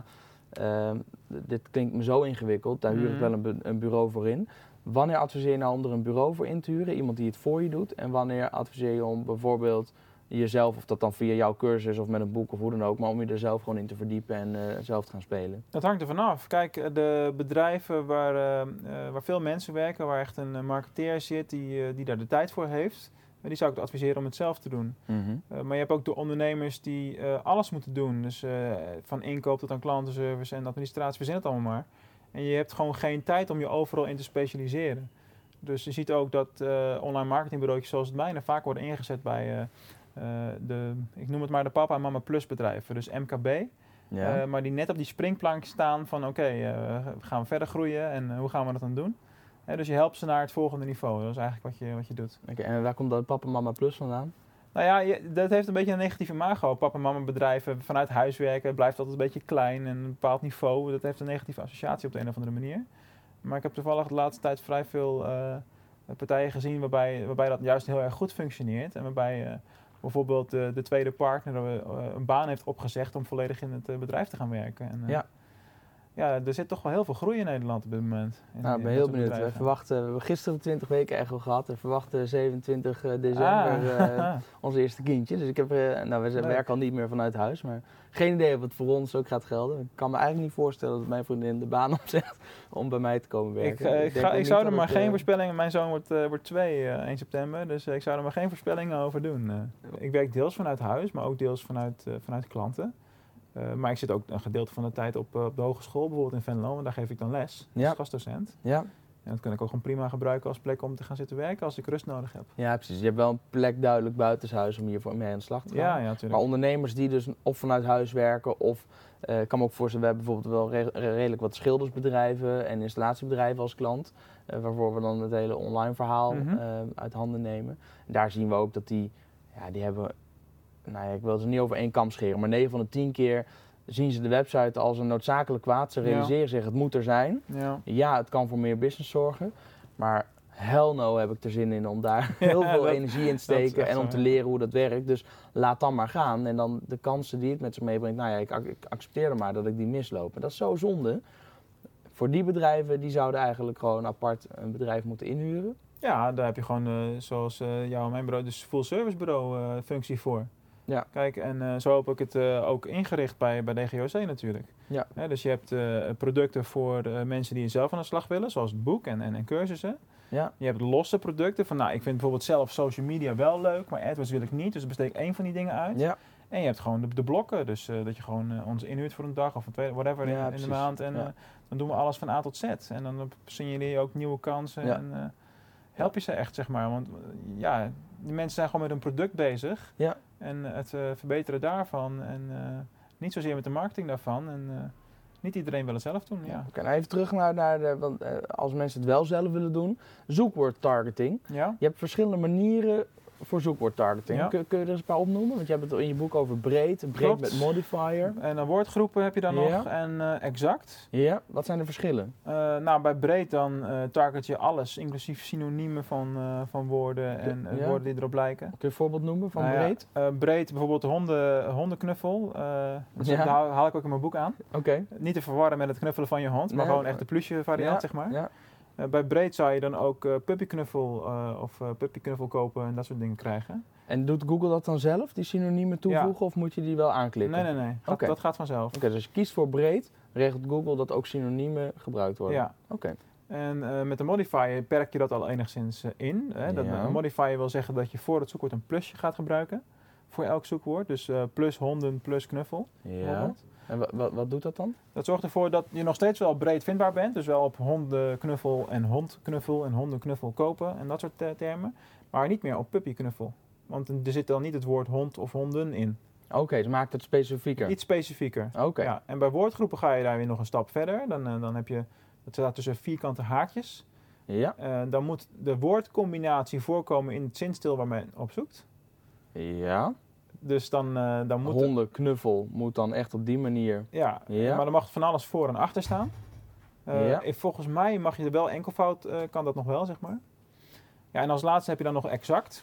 dit klinkt me zo ingewikkeld, daar huur ik wel een bureau voor in. Wanneer adviseer je nou om er een bureau voor in te huren? Iemand die het voor je doet. En wanneer adviseer je om bijvoorbeeld jezelf, of dat dan via jouw cursus of met een boek of hoe dan ook... maar om je er zelf gewoon in te verdiepen en zelf te gaan spelen? Dat hangt er vanaf. Kijk, de bedrijven waar veel mensen werken, waar echt een marketeer zit die daar de tijd voor heeft... die zou ik adviseren om het zelf te doen. Mm-hmm. Maar je hebt ook de ondernemers die alles moeten doen. Dus van inkoop tot aan klantenservice en administratie, verzin het allemaal maar. En je hebt gewoon geen tijd om je overal in te specialiseren. Dus je ziet ook dat online marketingbureautjes zoals het mijne vaak worden ingezet bij ik noem het maar de papa en mama plus bedrijven. Dus MKB. Ja. Maar die net op die springplank staan van gaan we verder groeien en hoe gaan we dat dan doen? Dus je helpt ze naar het volgende niveau. Dat is eigenlijk wat je doet. Okay, en waar komt dat Papa Mama Plus vandaan? Nou ja, dat heeft een beetje een negatieve imago. Papa en mama bedrijven vanuit huis werken blijft altijd een beetje klein en een bepaald niveau. Dat heeft een negatieve associatie op de een of andere manier. Maar ik heb toevallig de laatste tijd vrij veel partijen gezien waarbij dat juist heel erg goed functioneert. En waarbij bijvoorbeeld de tweede partner een baan heeft opgezegd om volledig in het bedrijf te gaan werken. En, ja, er zit toch wel heel veel groei in Nederland op dit moment. Ik ben heel benieuwd. We hebben gisteren 20 weken echo gehad. We verwachten 27 december ons eerste kindje. Dus ik heb, we werken al niet meer vanuit huis. Maar geen idee of het voor ons ook gaat gelden. Ik kan me eigenlijk niet voorstellen dat mijn vriendin de baan opzegt om bij mij te komen werken. Ik zou er maar geen voorspellingen... Mijn zoon wordt 2 1 september. Dus ik zou er maar geen voorspellingen over doen. Ik werk deels vanuit huis, maar ook deels vanuit klanten. Maar ik zit ook een gedeelte van de tijd op de hogeschool, bijvoorbeeld in Venlo. En daar geef ik dan les als gastdocent. Ja. En dat kan ik ook gewoon prima gebruiken als plek om te gaan zitten werken als ik rust nodig heb. Ja, precies. Je hebt wel een plek duidelijk buitenshuis om hiervoor mee aan de slag te gaan. Ja, natuurlijk. Maar ondernemers die dus of vanuit huis werken of... ik kan me ook voorstellen, we hebben bijvoorbeeld wel redelijk wat schildersbedrijven en installatiebedrijven als klant. Waarvoor we dan het hele online verhaal uit handen nemen. En daar zien we ook dat die hebben... Nou ja, ik wil ze niet over één kam scheren, maar 9 van de 10 keer zien ze de website als een noodzakelijk kwaad. Ze realiseren zich, het moet er zijn. Ja, het kan voor meer business zorgen. Maar hell no heb ik er zin in om daar heel veel energie in te steken en om te leren hoe dat werkt. Dus laat dan maar gaan. En dan de kansen die het met zich meebrengt, nou ja, ik accepteer er maar dat ik die misloop. En dat is zo zonde. Voor die bedrijven, die zouden eigenlijk gewoon apart een bedrijf moeten inhuren. Ja, daar heb je gewoon, zoals jou en mijn bureau, dus full service bureau functie voor. Ja. Kijk, en zo heb ik het ook ingericht bij DGOC natuurlijk. Ja. Dus je hebt producten voor mensen die zelf aan de slag willen, zoals het boek en cursussen. Ja. Je hebt losse producten van, ik vind bijvoorbeeld zelf social media wel leuk, maar AdWords wil ik niet, dus besteed ik 1 van die dingen uit. Ja. En je hebt gewoon de blokken, dus dat je gewoon ons inhuurt voor een dag of whatever in de maand. En dan doen we alles van A tot Z. En dan signaleer je ook nieuwe kansen en help je ze echt, zeg maar. Want die mensen zijn gewoon met een product bezig. Ja. En het verbeteren daarvan en niet zozeer met de marketing daarvan. En niet iedereen wil het zelf doen. Ja. Oké, nou even terug naar want als mensen het wel zelf willen doen, zoekwoordtargeting. Ja. Je hebt verschillende manieren voor zoekwoordtargeting. Ja. Kun je er eens een paar opnoemen? Want je hebt het in je boek over breed met modifier. En dan woordgroepen heb je dan nog en exact. Ja, wat zijn de verschillen? Bij breed dan target je alles, inclusief synoniemen van woorden en woorden die erop lijken. Kun je een voorbeeld noemen van breed? Breed, bijvoorbeeld hondenknuffel. Dat haal ik ook in mijn boek aan. Okay. Niet te verwarren met het knuffelen van je hond, maar gewoon echt de plusje variant, zeg maar. Ja. Bij breed zou je dan ook puppyknuffel of puppyknuffel kopen en dat soort dingen krijgen. En doet Google dat dan zelf, die synoniemen toevoegen, of moet je die wel aanklikken? Nee. Dat gaat vanzelf. Oké, dus als je kiest voor breed, regelt Google dat ook synoniemen gebruikt worden? Ja. Oké. En met de modifier perk je dat al enigszins in. Een modifier wil zeggen dat je voor het zoekwoord een plusje gaat gebruiken. Voor elk zoekwoord. Dus plus honden, plus knuffel. Ja. En wat doet dat dan? Dat zorgt ervoor dat je nog steeds wel breed vindbaar bent. Dus wel op hondenknuffel en hondknuffel en hondenknuffel kopen en dat soort termen. Maar niet meer op puppyknuffel. Want er zit dan niet het woord hond of honden in. Oké, ze maakt het specifieker. Iets specifieker. Oké. Ja, en bij woordgroepen ga je daar weer nog een stap verder. Dan heb je, het staat tussen vierkante haakjes. Ja. Dan moet de woordcombinatie voorkomen in het zinsdeel waar men op zoekt. Ja. Dus dan moet Honden, knuffel moet dan echt op die manier. Ja, Ja. maar dan mag van alles voor en achter staan. Ja. Volgens mij mag je er wel enkelvoud, kan dat nog wel, zeg maar. Ja, en als laatste heb je dan nog exact.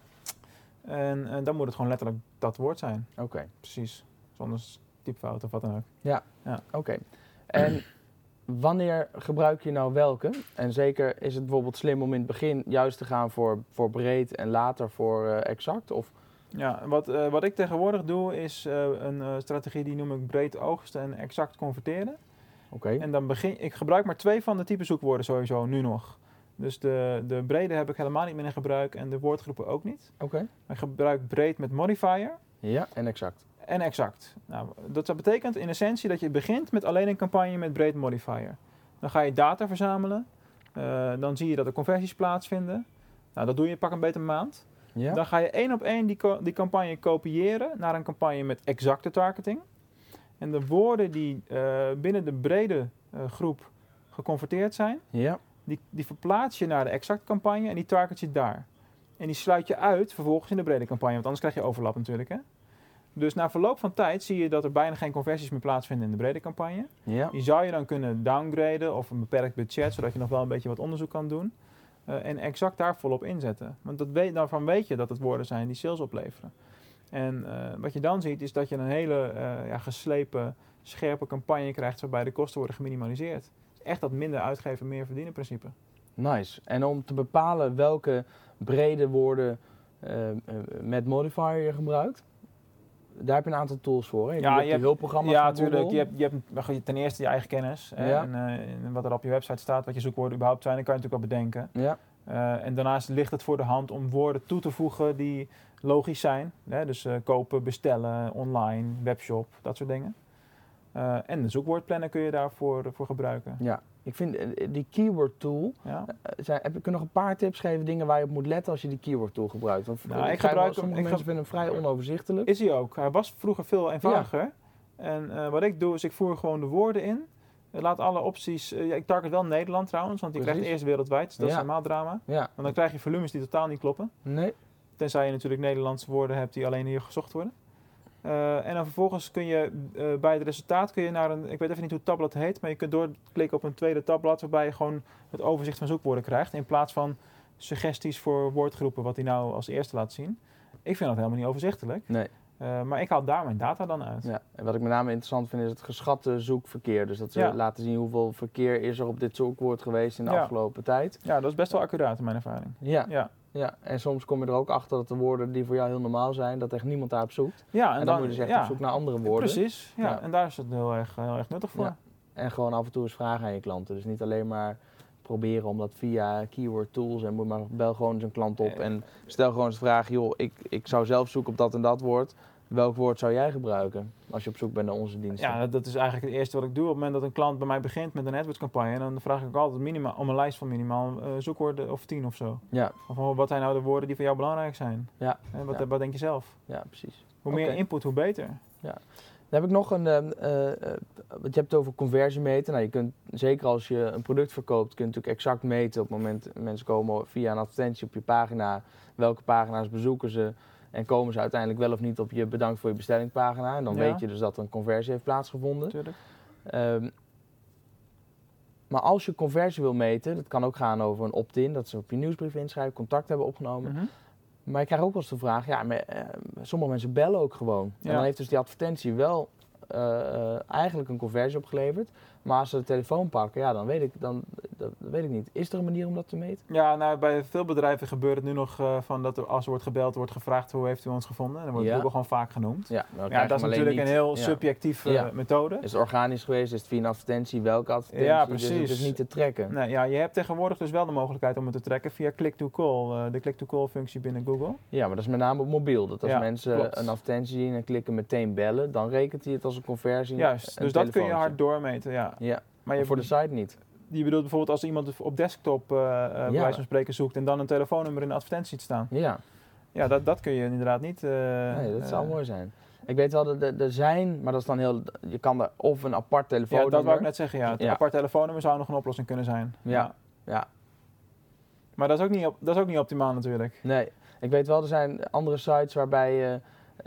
En dan moet het gewoon letterlijk dat woord zijn. Oké. Precies. Zonder typfout of wat dan ook. Oké. En wanneer gebruik je nou welke? En zeker is het bijvoorbeeld slim om in het begin juist te gaan voor breed en later voor exact? Of? Ja, wat ik tegenwoordig doe is een strategie die noem ik breed oogsten en exact converteren. Oké. En dan ik gebruik maar 2 van de type zoekwoorden sowieso nu nog. Dus de brede heb ik helemaal niet meer in gebruik en de woordgroepen ook niet. Oké. Maar ik gebruik breed met modifier Ja, en exact. en exact. Nou, dat betekent in essentie dat je begint met alleen een campagne met breed modifier. Dan ga je data verzamelen. Dan zie je dat er conversies plaatsvinden. Nou, dat doe je pak een beetje een maand. Ja. Dan ga je 1 op 1 die campagne kopiëren naar een campagne met exacte targeting. En de woorden die binnen de brede groep geconverteerd zijn, Ja. die verplaats je naar de exact campagne en die target je daar. En die sluit je uit vervolgens in de brede campagne, want anders krijg je overlap natuurlijk. Hè? Dus na verloop van tijd zie je dat er bijna geen conversies meer plaatsvinden in de brede campagne. Ja. Die zou je dan kunnen downgraden of een beperkt budget, zodat je nog wel een beetje wat onderzoek kan doen. En exact daar volop inzetten. Want daarvan weet je dat het woorden zijn die sales opleveren. En wat je dan ziet is dat je een hele geslepen, scherpe campagne krijgt waarbij de kosten worden geminimaliseerd. Echt dat minder uitgeven, meer verdienen principe. Nice. En om te bepalen welke brede woorden met modifier je gebruikt, daar heb je een aantal tools voor. Hè? Je hebt hulpprogramma's ja, van Google. natuurlijk. Je hebt ten eerste je eigen kennis. Ja. En wat er op je website staat, wat je zoekwoorden überhaupt zijn, dat kan je natuurlijk wel bedenken. Ja. En daarnaast ligt het voor de hand om woorden toe te voegen die logisch zijn. Hè? Dus kopen, bestellen, online, webshop, dat soort dingen. En de zoekwoordplanner kun je daarvoor gebruiken. Ja. Ik vind die keyword tool, Ja. kun je nog een paar tips geven, dingen waar je op moet letten als je die keyword tool gebruikt? Want Nou, ik sommige gebruik mensen vinden hem vrij onoverzichtelijk. Is hij ook. Hij was vroeger veel eenvoudiger. Ja. En wat ik doe, is ik voer gewoon de woorden in. Laat alle opties... ik target wel Nederland trouwens, want die krijgt eerst wereldwijd. Dus dat is helemaal drama. Ja. Want dan krijg je volumes die totaal niet kloppen. Nee. Tenzij je natuurlijk Nederlandse woorden hebt die alleen hier gezocht worden. En dan vervolgens kun je bij het resultaat kun je naar een... Ik weet even niet hoe het tabblad heet, maar je kunt doorklikken op een tweede tabblad waarbij je gewoon het overzicht van zoekwoorden krijgt. In plaats van suggesties voor woordgroepen, wat hij nou als eerste laat zien. Ik vind dat helemaal niet overzichtelijk. Nee. Maar ik haal daar mijn data dan uit. Ja. En wat ik met name interessant vind is het geschatte zoekverkeer. Dus dat ze laten zien hoeveel verkeer is er op dit zoekwoord geweest in de afgelopen tijd. Ja, dat is best wel accuraat in mijn ervaring. Ja, en soms kom je er ook achter dat de woorden die voor jou heel normaal zijn, dat echt niemand daarop zoekt. Ja, en dan moet je dus echt op zoek naar andere woorden. Precies, ja. En daar is het heel erg nuttig voor. Ja. En gewoon af en toe eens vragen aan je klanten. Dus niet alleen maar proberen om dat via keyword tools en maar bel gewoon eens een klant op en stel gewoon eens de vraag, joh, ik zou zelf zoeken op dat en dat woord. Welk woord zou jij gebruiken als je op zoek bent naar onze diensten? Ja, dat is eigenlijk het eerste wat ik doe. Op het moment dat een klant bij mij begint met een AdWords-campagne, dan vraag ik altijd om een lijst van minimaal zoekwoorden of 10 of zo. Ja. Of wat zijn nou de woorden die voor jou belangrijk zijn? Ja. Wat denk je zelf? Ja, precies. Hoe meer input, hoe beter. Ja. Dan heb ik nog wat je hebt over conversie meten. Nou, je kunt, zeker als je een product verkoopt, kun je natuurlijk exact meten op het moment mensen komen via een advertentie op je pagina. Welke pagina's bezoeken ze? En komen ze uiteindelijk wel of niet op je bedankt voor je bestellingpagina. En dan weet je dus dat er een conversie heeft plaatsgevonden. Tuurlijk. Maar als je conversie wil meten, dat kan ook gaan over een opt-in. Dat ze op je nieuwsbrief inschrijven, contact hebben opgenomen. Mm-hmm. Maar ik krijg ook wel eens de vraag, sommige mensen bellen ook gewoon. En dan heeft dus die advertentie wel eigenlijk een conversie opgeleverd. Maar als ze de telefoon pakken, dan weet ik niet. Is er een manier om dat te meten? Ja, nou, bij veel bedrijven gebeurt het nu nog van dat er, als er wordt gebeld, wordt gevraagd hoe heeft u ons gevonden. En dan wordt Google gewoon vaak genoemd. Ja, dat is natuurlijk een heel subjectieve methode. Is het organisch geweest? Is het via een advertentie? Welke advertentie? Ja, precies. Dus het is niet te tracken. Nee, je hebt tegenwoordig dus wel de mogelijkheid om het te tracken via click-to-call. De click-to-call functie binnen Google. Ja, maar dat is met name op mobiel. Dat als mensen een advertentie zien en klikken meteen bellen, dan rekent hij het als een conversie. Juist, dus dat kun je hard doormeten, ja. Maar voor de site niet. Je bedoelt bijvoorbeeld als iemand op desktop bij wijze van spreken zoekt en dan een telefoonnummer in de advertentie ziet staan. Ja, dat kun je inderdaad niet. Nee, dat zou mooi zijn. Ik weet wel, er zijn, maar dat is dan heel... Je kan er of een apart Ja, telefoonnummer... dat wou ik net zeggen. Ja. Het Ja. apart telefoonnummer zou nog een oplossing kunnen zijn. Ja. Maar dat is ook niet optimaal natuurlijk. Nee, ik weet wel, er zijn andere sites waarbij je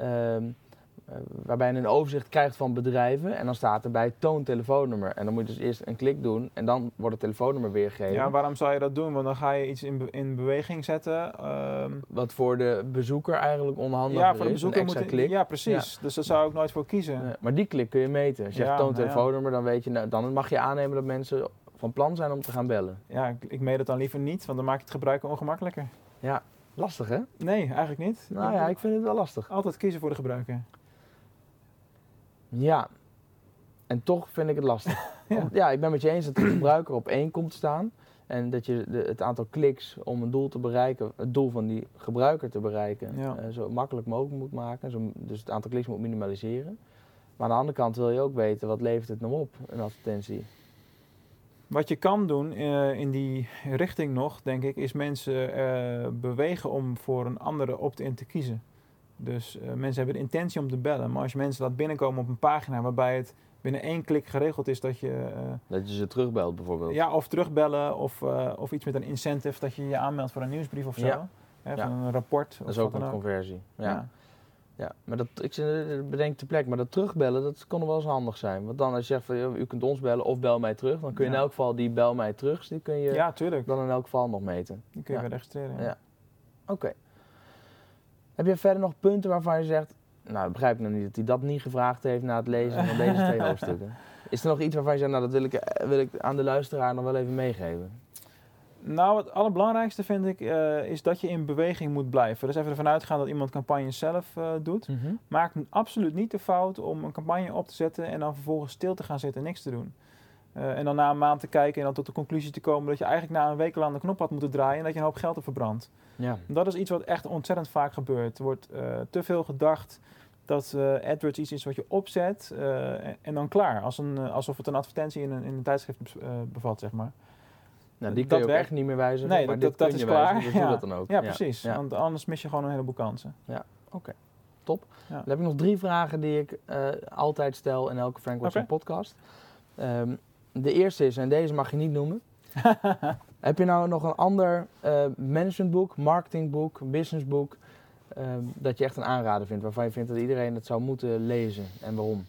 een overzicht krijgt van bedrijven en dan staat erbij toon telefoonnummer. En dan moet je dus eerst een klik doen en dan wordt het telefoonnummer weergegeven. Ja, waarom zou je dat doen? Want dan ga je iets in beweging zetten. Wat voor de bezoeker eigenlijk onhandig Ja, voor de is, bezoeker een extra moet klik. Ja, precies. Dus daar zou ik nooit voor kiezen. Nee, maar die klik kun je meten. Als je Ja, zegt toon nou ja. telefoonnummer, dan weet je, nou, dan mag je aannemen dat mensen van plan zijn om te gaan bellen. Ja, ik meet het dan liever niet, want dan maak je het gebruiken ongemakkelijker. Ja, lastig hè? Nee, eigenlijk niet. Nou ja, ik vind het wel lastig. Altijd kiezen voor de gebruiker. Ja, en toch vind ik het lastig. Ja. Ja, ik ben met je eens dat de gebruiker op 1 komt te staan. En dat je het aantal kliks om een doel te bereiken, het doel van die gebruiker te bereiken, Ja. Zo makkelijk mogelijk moet maken. Dus het aantal kliks moet minimaliseren. Maar aan de andere kant wil je ook weten, wat levert het nou op, een advertentie? Wat je kan doen in die richting nog, denk ik, is mensen bewegen om voor een andere opt-in te kiezen. Dus mensen hebben de intentie om te bellen. Maar als je mensen laat binnenkomen op een pagina waarbij het binnen 1 klik geregeld is dat je... Dat je ze terugbelt bijvoorbeeld. ja, of terugbellen of iets met een incentive dat je je aanmeldt voor een nieuwsbrief of zo. Ja. Hè, Ja. van een rapport. Dat of is ook wat een dan ook. conversie. Ja. Ja. Ja, maar bedenk ter plekke, maar dat terugbellen, dat kan nog wel eens handig zijn. Want dan als je zegt van, u kunt ons bellen of bel mij terug, dan kun je Ja. in elk geval die bel mij terug, die kun je Ja, tuurlijk. dan in elk geval nog meten. Die kun je Ja. weer registreren. Ja. Ja. Oké. Heb je verder nog punten waarvan je zegt, nou ik begrijp ik nog niet dat hij dat niet gevraagd heeft na het lezen van deze 2 hoofdstukken. Is er nog iets waarvan je zegt, nou dat wil ik aan de luisteraar nog wel even meegeven? Nou, het allerbelangrijkste vind ik is dat je in beweging moet blijven. Dus even ervan uitgaan dat iemand campagnes zelf doet. Maak absoluut niet de fout om een campagne op te zetten en dan vervolgens stil te gaan zitten en niks te doen. En dan na een maand te kijken en dan tot de conclusie te komen dat je eigenlijk na een week lang de knop had moeten draaien en dat je een hoop geld hebt verbrand. Ja. Dat is iets wat echt ontzettend vaak gebeurt. Er wordt te veel gedacht dat AdWords iets is wat je opzet en dan klaar. Alsof het een advertentie in een tijdschrift bevat, zeg maar. Nou, die kun Dat je ook werkt. echt niet meer wijzigen, Nee, maar dat dit kun is je klaar. wijzigen, dus doe dat dan ook. Ja, precies. Ja. Want anders mis je gewoon een heleboel kansen. Top. Ja. Dan heb ik nog 3 vragen die ik altijd stel in elke Frank Watson podcast. De eerste is, en deze mag je niet noemen. Heb je nou nog een ander managementboek, marketingboek, businessboek, dat je echt een aanrader vindt, waarvan je vindt dat iedereen het zou moeten lezen en waarom?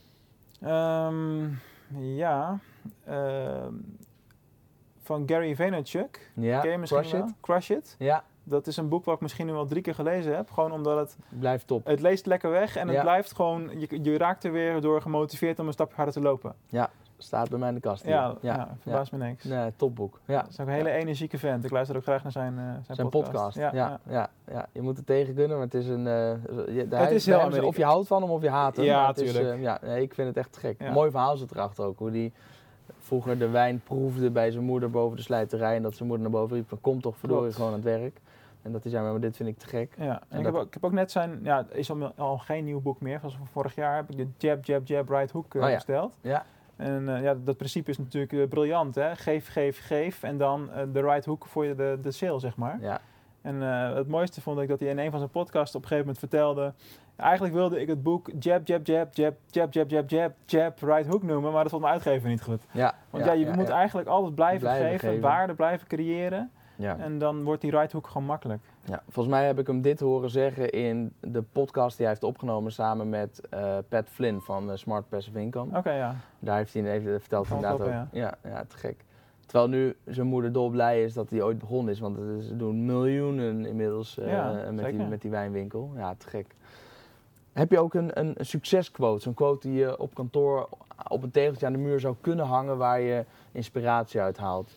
Van Gary Vaynerchuk. Ja, Ken je misschien Crush wel? It. Crush It. Ja, Dat is een boek wat ik misschien nu al 3 keer gelezen heb. Gewoon omdat blijft top. het leest lekker weg en het Ja. blijft gewoon... Je raakt er weer door gemotiveerd om een stapje harder te lopen. Staat bij mij in de kast hier. Ja, verbaast me niks. Nee, topboek. Ja. Dat is ook een hele energieke vent. Ik luister ook graag naar zijn podcast. Ja. Je moet het tegen kunnen, maar het is een... Het is heel Amerika- of je houdt van hem of je haat hem. Ja, maar het is, tuurlijk. ik vind het echt te gek. Ja. Mooi verhaal zit erachter ook. Hoe die vroeger de wijn proefde bij zijn moeder boven de slijterij. En dat zijn moeder naar boven riep van kom toch verdorie Klopt. gewoon aan het werk. En dat hij zei, maar dit vind ik te gek. Ja, en En ik heb ook net zijn... Ja, het is al geen nieuw boek meer. Van vorig jaar heb ik de Jab, Jab, Jab, Right Hook besteld. Ja. En dat principe is natuurlijk briljant. Hè? Geef. En dan de right hook voor je de sale, zeg maar. Ja. En het mooiste vond ik dat hij in een van zijn podcasts op een gegeven moment vertelde... Eigenlijk wilde ik het boek Jab, Jab, Jab, Jab, Jab, Jab, Jab, Jab, Jab, Right Hook noemen. Maar dat vond mijn uitgever niet goed. Ja. Want je moet eigenlijk alles blijven geven, waarde blijven creëren. Ja. En dan wordt die right hook gewoon makkelijk. Ja, volgens mij heb ik hem dit horen zeggen in de podcast die hij heeft opgenomen samen met Pat Flynn van Smart Passive Income. Oké, ja. Daar heeft hij even verteld Kan inderdaad ook. kloppen, Ja, te gek. Terwijl nu zijn moeder dolblij is dat hij ooit begonnen is, want ze doen miljoenen inmiddels met die wijnwinkel. Ja, te gek. Heb je ook een succesquote, zo'n quote die je op kantoor op een tegeltje aan de muur zou kunnen hangen waar je inspiratie uit haalt?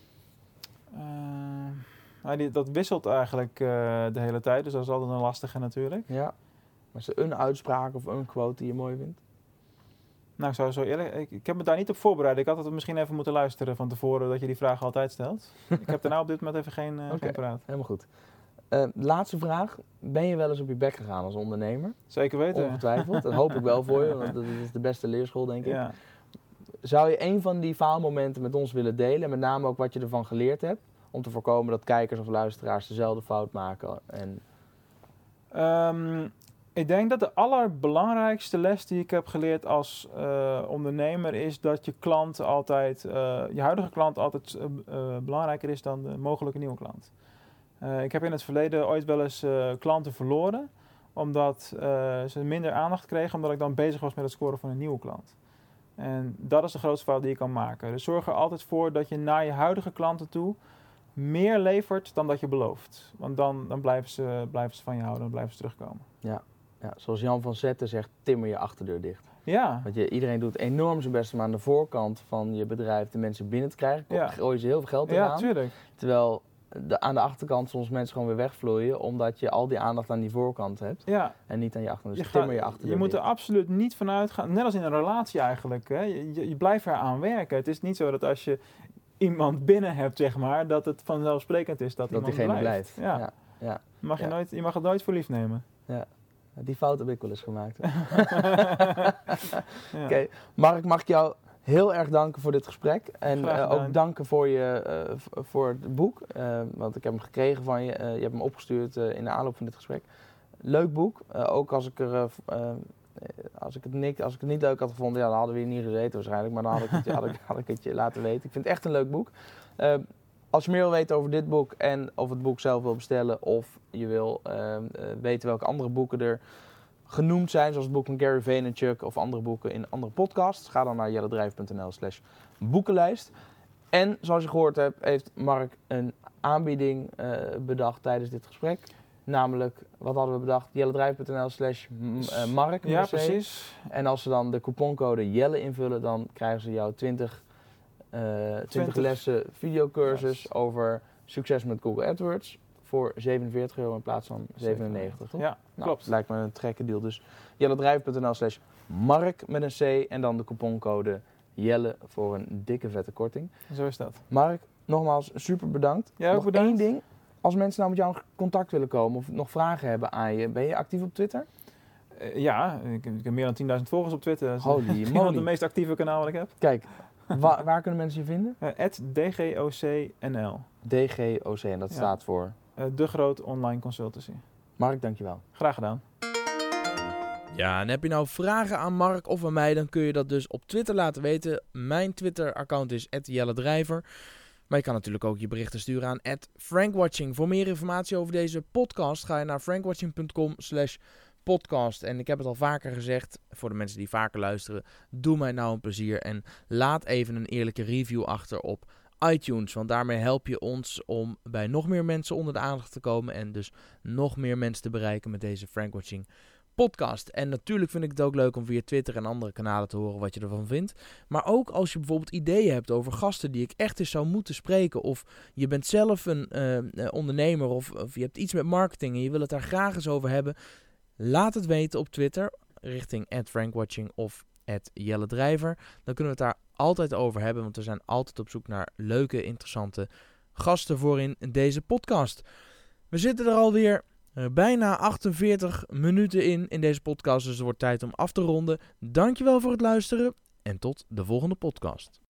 Dat wisselt eigenlijk de hele tijd, dus dat is altijd een lastige natuurlijk. Ja, maar is er een uitspraak of een quote die je mooi vindt? Nou, ik zou zo eerlijk... Ik heb me daar niet op voorbereid. Ik had het misschien even moeten luisteren van tevoren dat je die vraag altijd stelt. Ik heb er nou op dit moment even geen paraat. Helemaal goed. Laatste vraag. Ben je wel eens op je bek gegaan als ondernemer? Zeker weten. Ongetwijfeld. Dat hoop ik wel voor je, want dat is de beste leerschool, denk ik. Ja. Zou je een van die faalmomenten met ons willen delen? En met name ook wat je ervan geleerd hebt? Om te voorkomen dat kijkers of luisteraars dezelfde fout maken. En... Ik denk dat de allerbelangrijkste les die ik heb geleerd als ondernemer is dat je klant altijd, je huidige klant altijd belangrijker is dan de mogelijke nieuwe klant. Ik heb in het verleden ooit wel eens klanten verloren, omdat ze minder aandacht kregen, omdat ik dan bezig was met het scoren van een nieuwe klant. En dat is de grootste fout die je kan maken. Dus zorg er altijd voor dat je naar je huidige klanten toe meer levert dan dat je belooft. Want dan blijven ze van je houden en blijven ze terugkomen. Ja, zoals Jan van Zetten zegt, timmer je achterdeur dicht. Ja. Want iedereen doet enorm zijn best om aan de voorkant van je bedrijf de mensen binnen te krijgen. Gooi je ze heel veel geld in aan. Tuurlijk. Terwijl aan de achterkant soms mensen gewoon weer wegvloeien, omdat je al die aandacht aan die voorkant hebt. Ja. En niet aan je achterkant. Dus timmer je achterdeur Je moet er dicht. absoluut niet van uitgaan. Net als in een relatie eigenlijk. Hè. Je blijft eraan werken. Het is niet zo dat als je iemand binnen hebt, zeg maar, dat het vanzelfsprekend is dat iemand diegene blijft. Ja. Je mag het nooit voor lief nemen. Ja. Die fout heb ik wel eens gemaakt. Oké. Mark, mag ik jou heel erg danken voor dit gesprek. En ook danken voor het boek. Want ik heb hem gekregen van je. Je hebt hem opgestuurd in de aanloop van dit gesprek. Leuk boek. Ook als ik het niet leuk had gevonden, dan hadden we hier niet gezeten waarschijnlijk. Maar dan had ik het je laten weten. Ik vind het echt een leuk boek. Als je meer wil weten over dit boek en of het boek zelf wil bestellen, of je wil weten welke andere boeken er genoemd zijn, zoals het boek van Gary Vaynerchuk of andere boeken in andere podcasts, ga dan naar jelledrijver.nl/boekenlijst. En zoals je gehoord hebt, heeft Mark een aanbieding bedacht tijdens dit gesprek. Namelijk, wat hadden we bedacht? jelledrijver.nl/Mark. Ja, precies. En als ze dan de couponcode Jelle invullen, dan krijgen ze jouw 20 lessen videocursus over succes met Google AdWords voor €47 in plaats van €97, toch? Ja, klopt. Lijkt me een trekke deal. Dus jelledrijver.nl/Mark met een C en dan de couponcode Jelle voor een dikke vette korting. Zo is dat. Mark, nogmaals super bedankt. Ja, nog bedankt. één ding. Als mensen nou met jou in contact willen komen of nog vragen hebben aan je, ben je actief op Twitter? Ja, ik heb meer dan 10.000 volgers op Twitter. Dat is Holy een van moly. de meest actieve kanalen wat ik heb. Kijk, waar kunnen mensen je vinden? @DGOCNL. DGOC en dat staat voor? De Groot Online Consultancy. Mark, dankjewel. Graag gedaan. Ja, en heb je nou vragen aan Mark of aan mij, dan kun je dat dus op Twitter laten weten. Mijn Twitter-account is @jelledrijver. Maar je kan natuurlijk ook je berichten sturen aan @frankwatching. Voor meer informatie over deze podcast ga je naar frankwatching.com/podcast. En ik heb het al vaker gezegd, voor de mensen die vaker luisteren, doe mij nou een plezier en laat even een eerlijke review achter op iTunes. Want daarmee help je ons om bij nog meer mensen onder de aandacht te komen en dus nog meer mensen te bereiken met deze Frankwatching podcast. En natuurlijk vind ik het ook leuk om via Twitter en andere kanalen te horen wat je ervan vindt. Maar ook als je bijvoorbeeld ideeën hebt over gasten die ik echt eens zou moeten spreken. Of je bent zelf een ondernemer of je hebt iets met marketing en je wil het daar graag eens over hebben. Laat het weten op Twitter richting @frankwatching of @jelledrijver. Dan kunnen we het daar altijd over hebben, want we zijn altijd op zoek naar leuke, interessante gasten voor in deze podcast. We zitten er alweer bijna 48 minuten in deze podcast, dus het wordt tijd om af te ronden. Dankjewel voor het luisteren en tot de volgende podcast.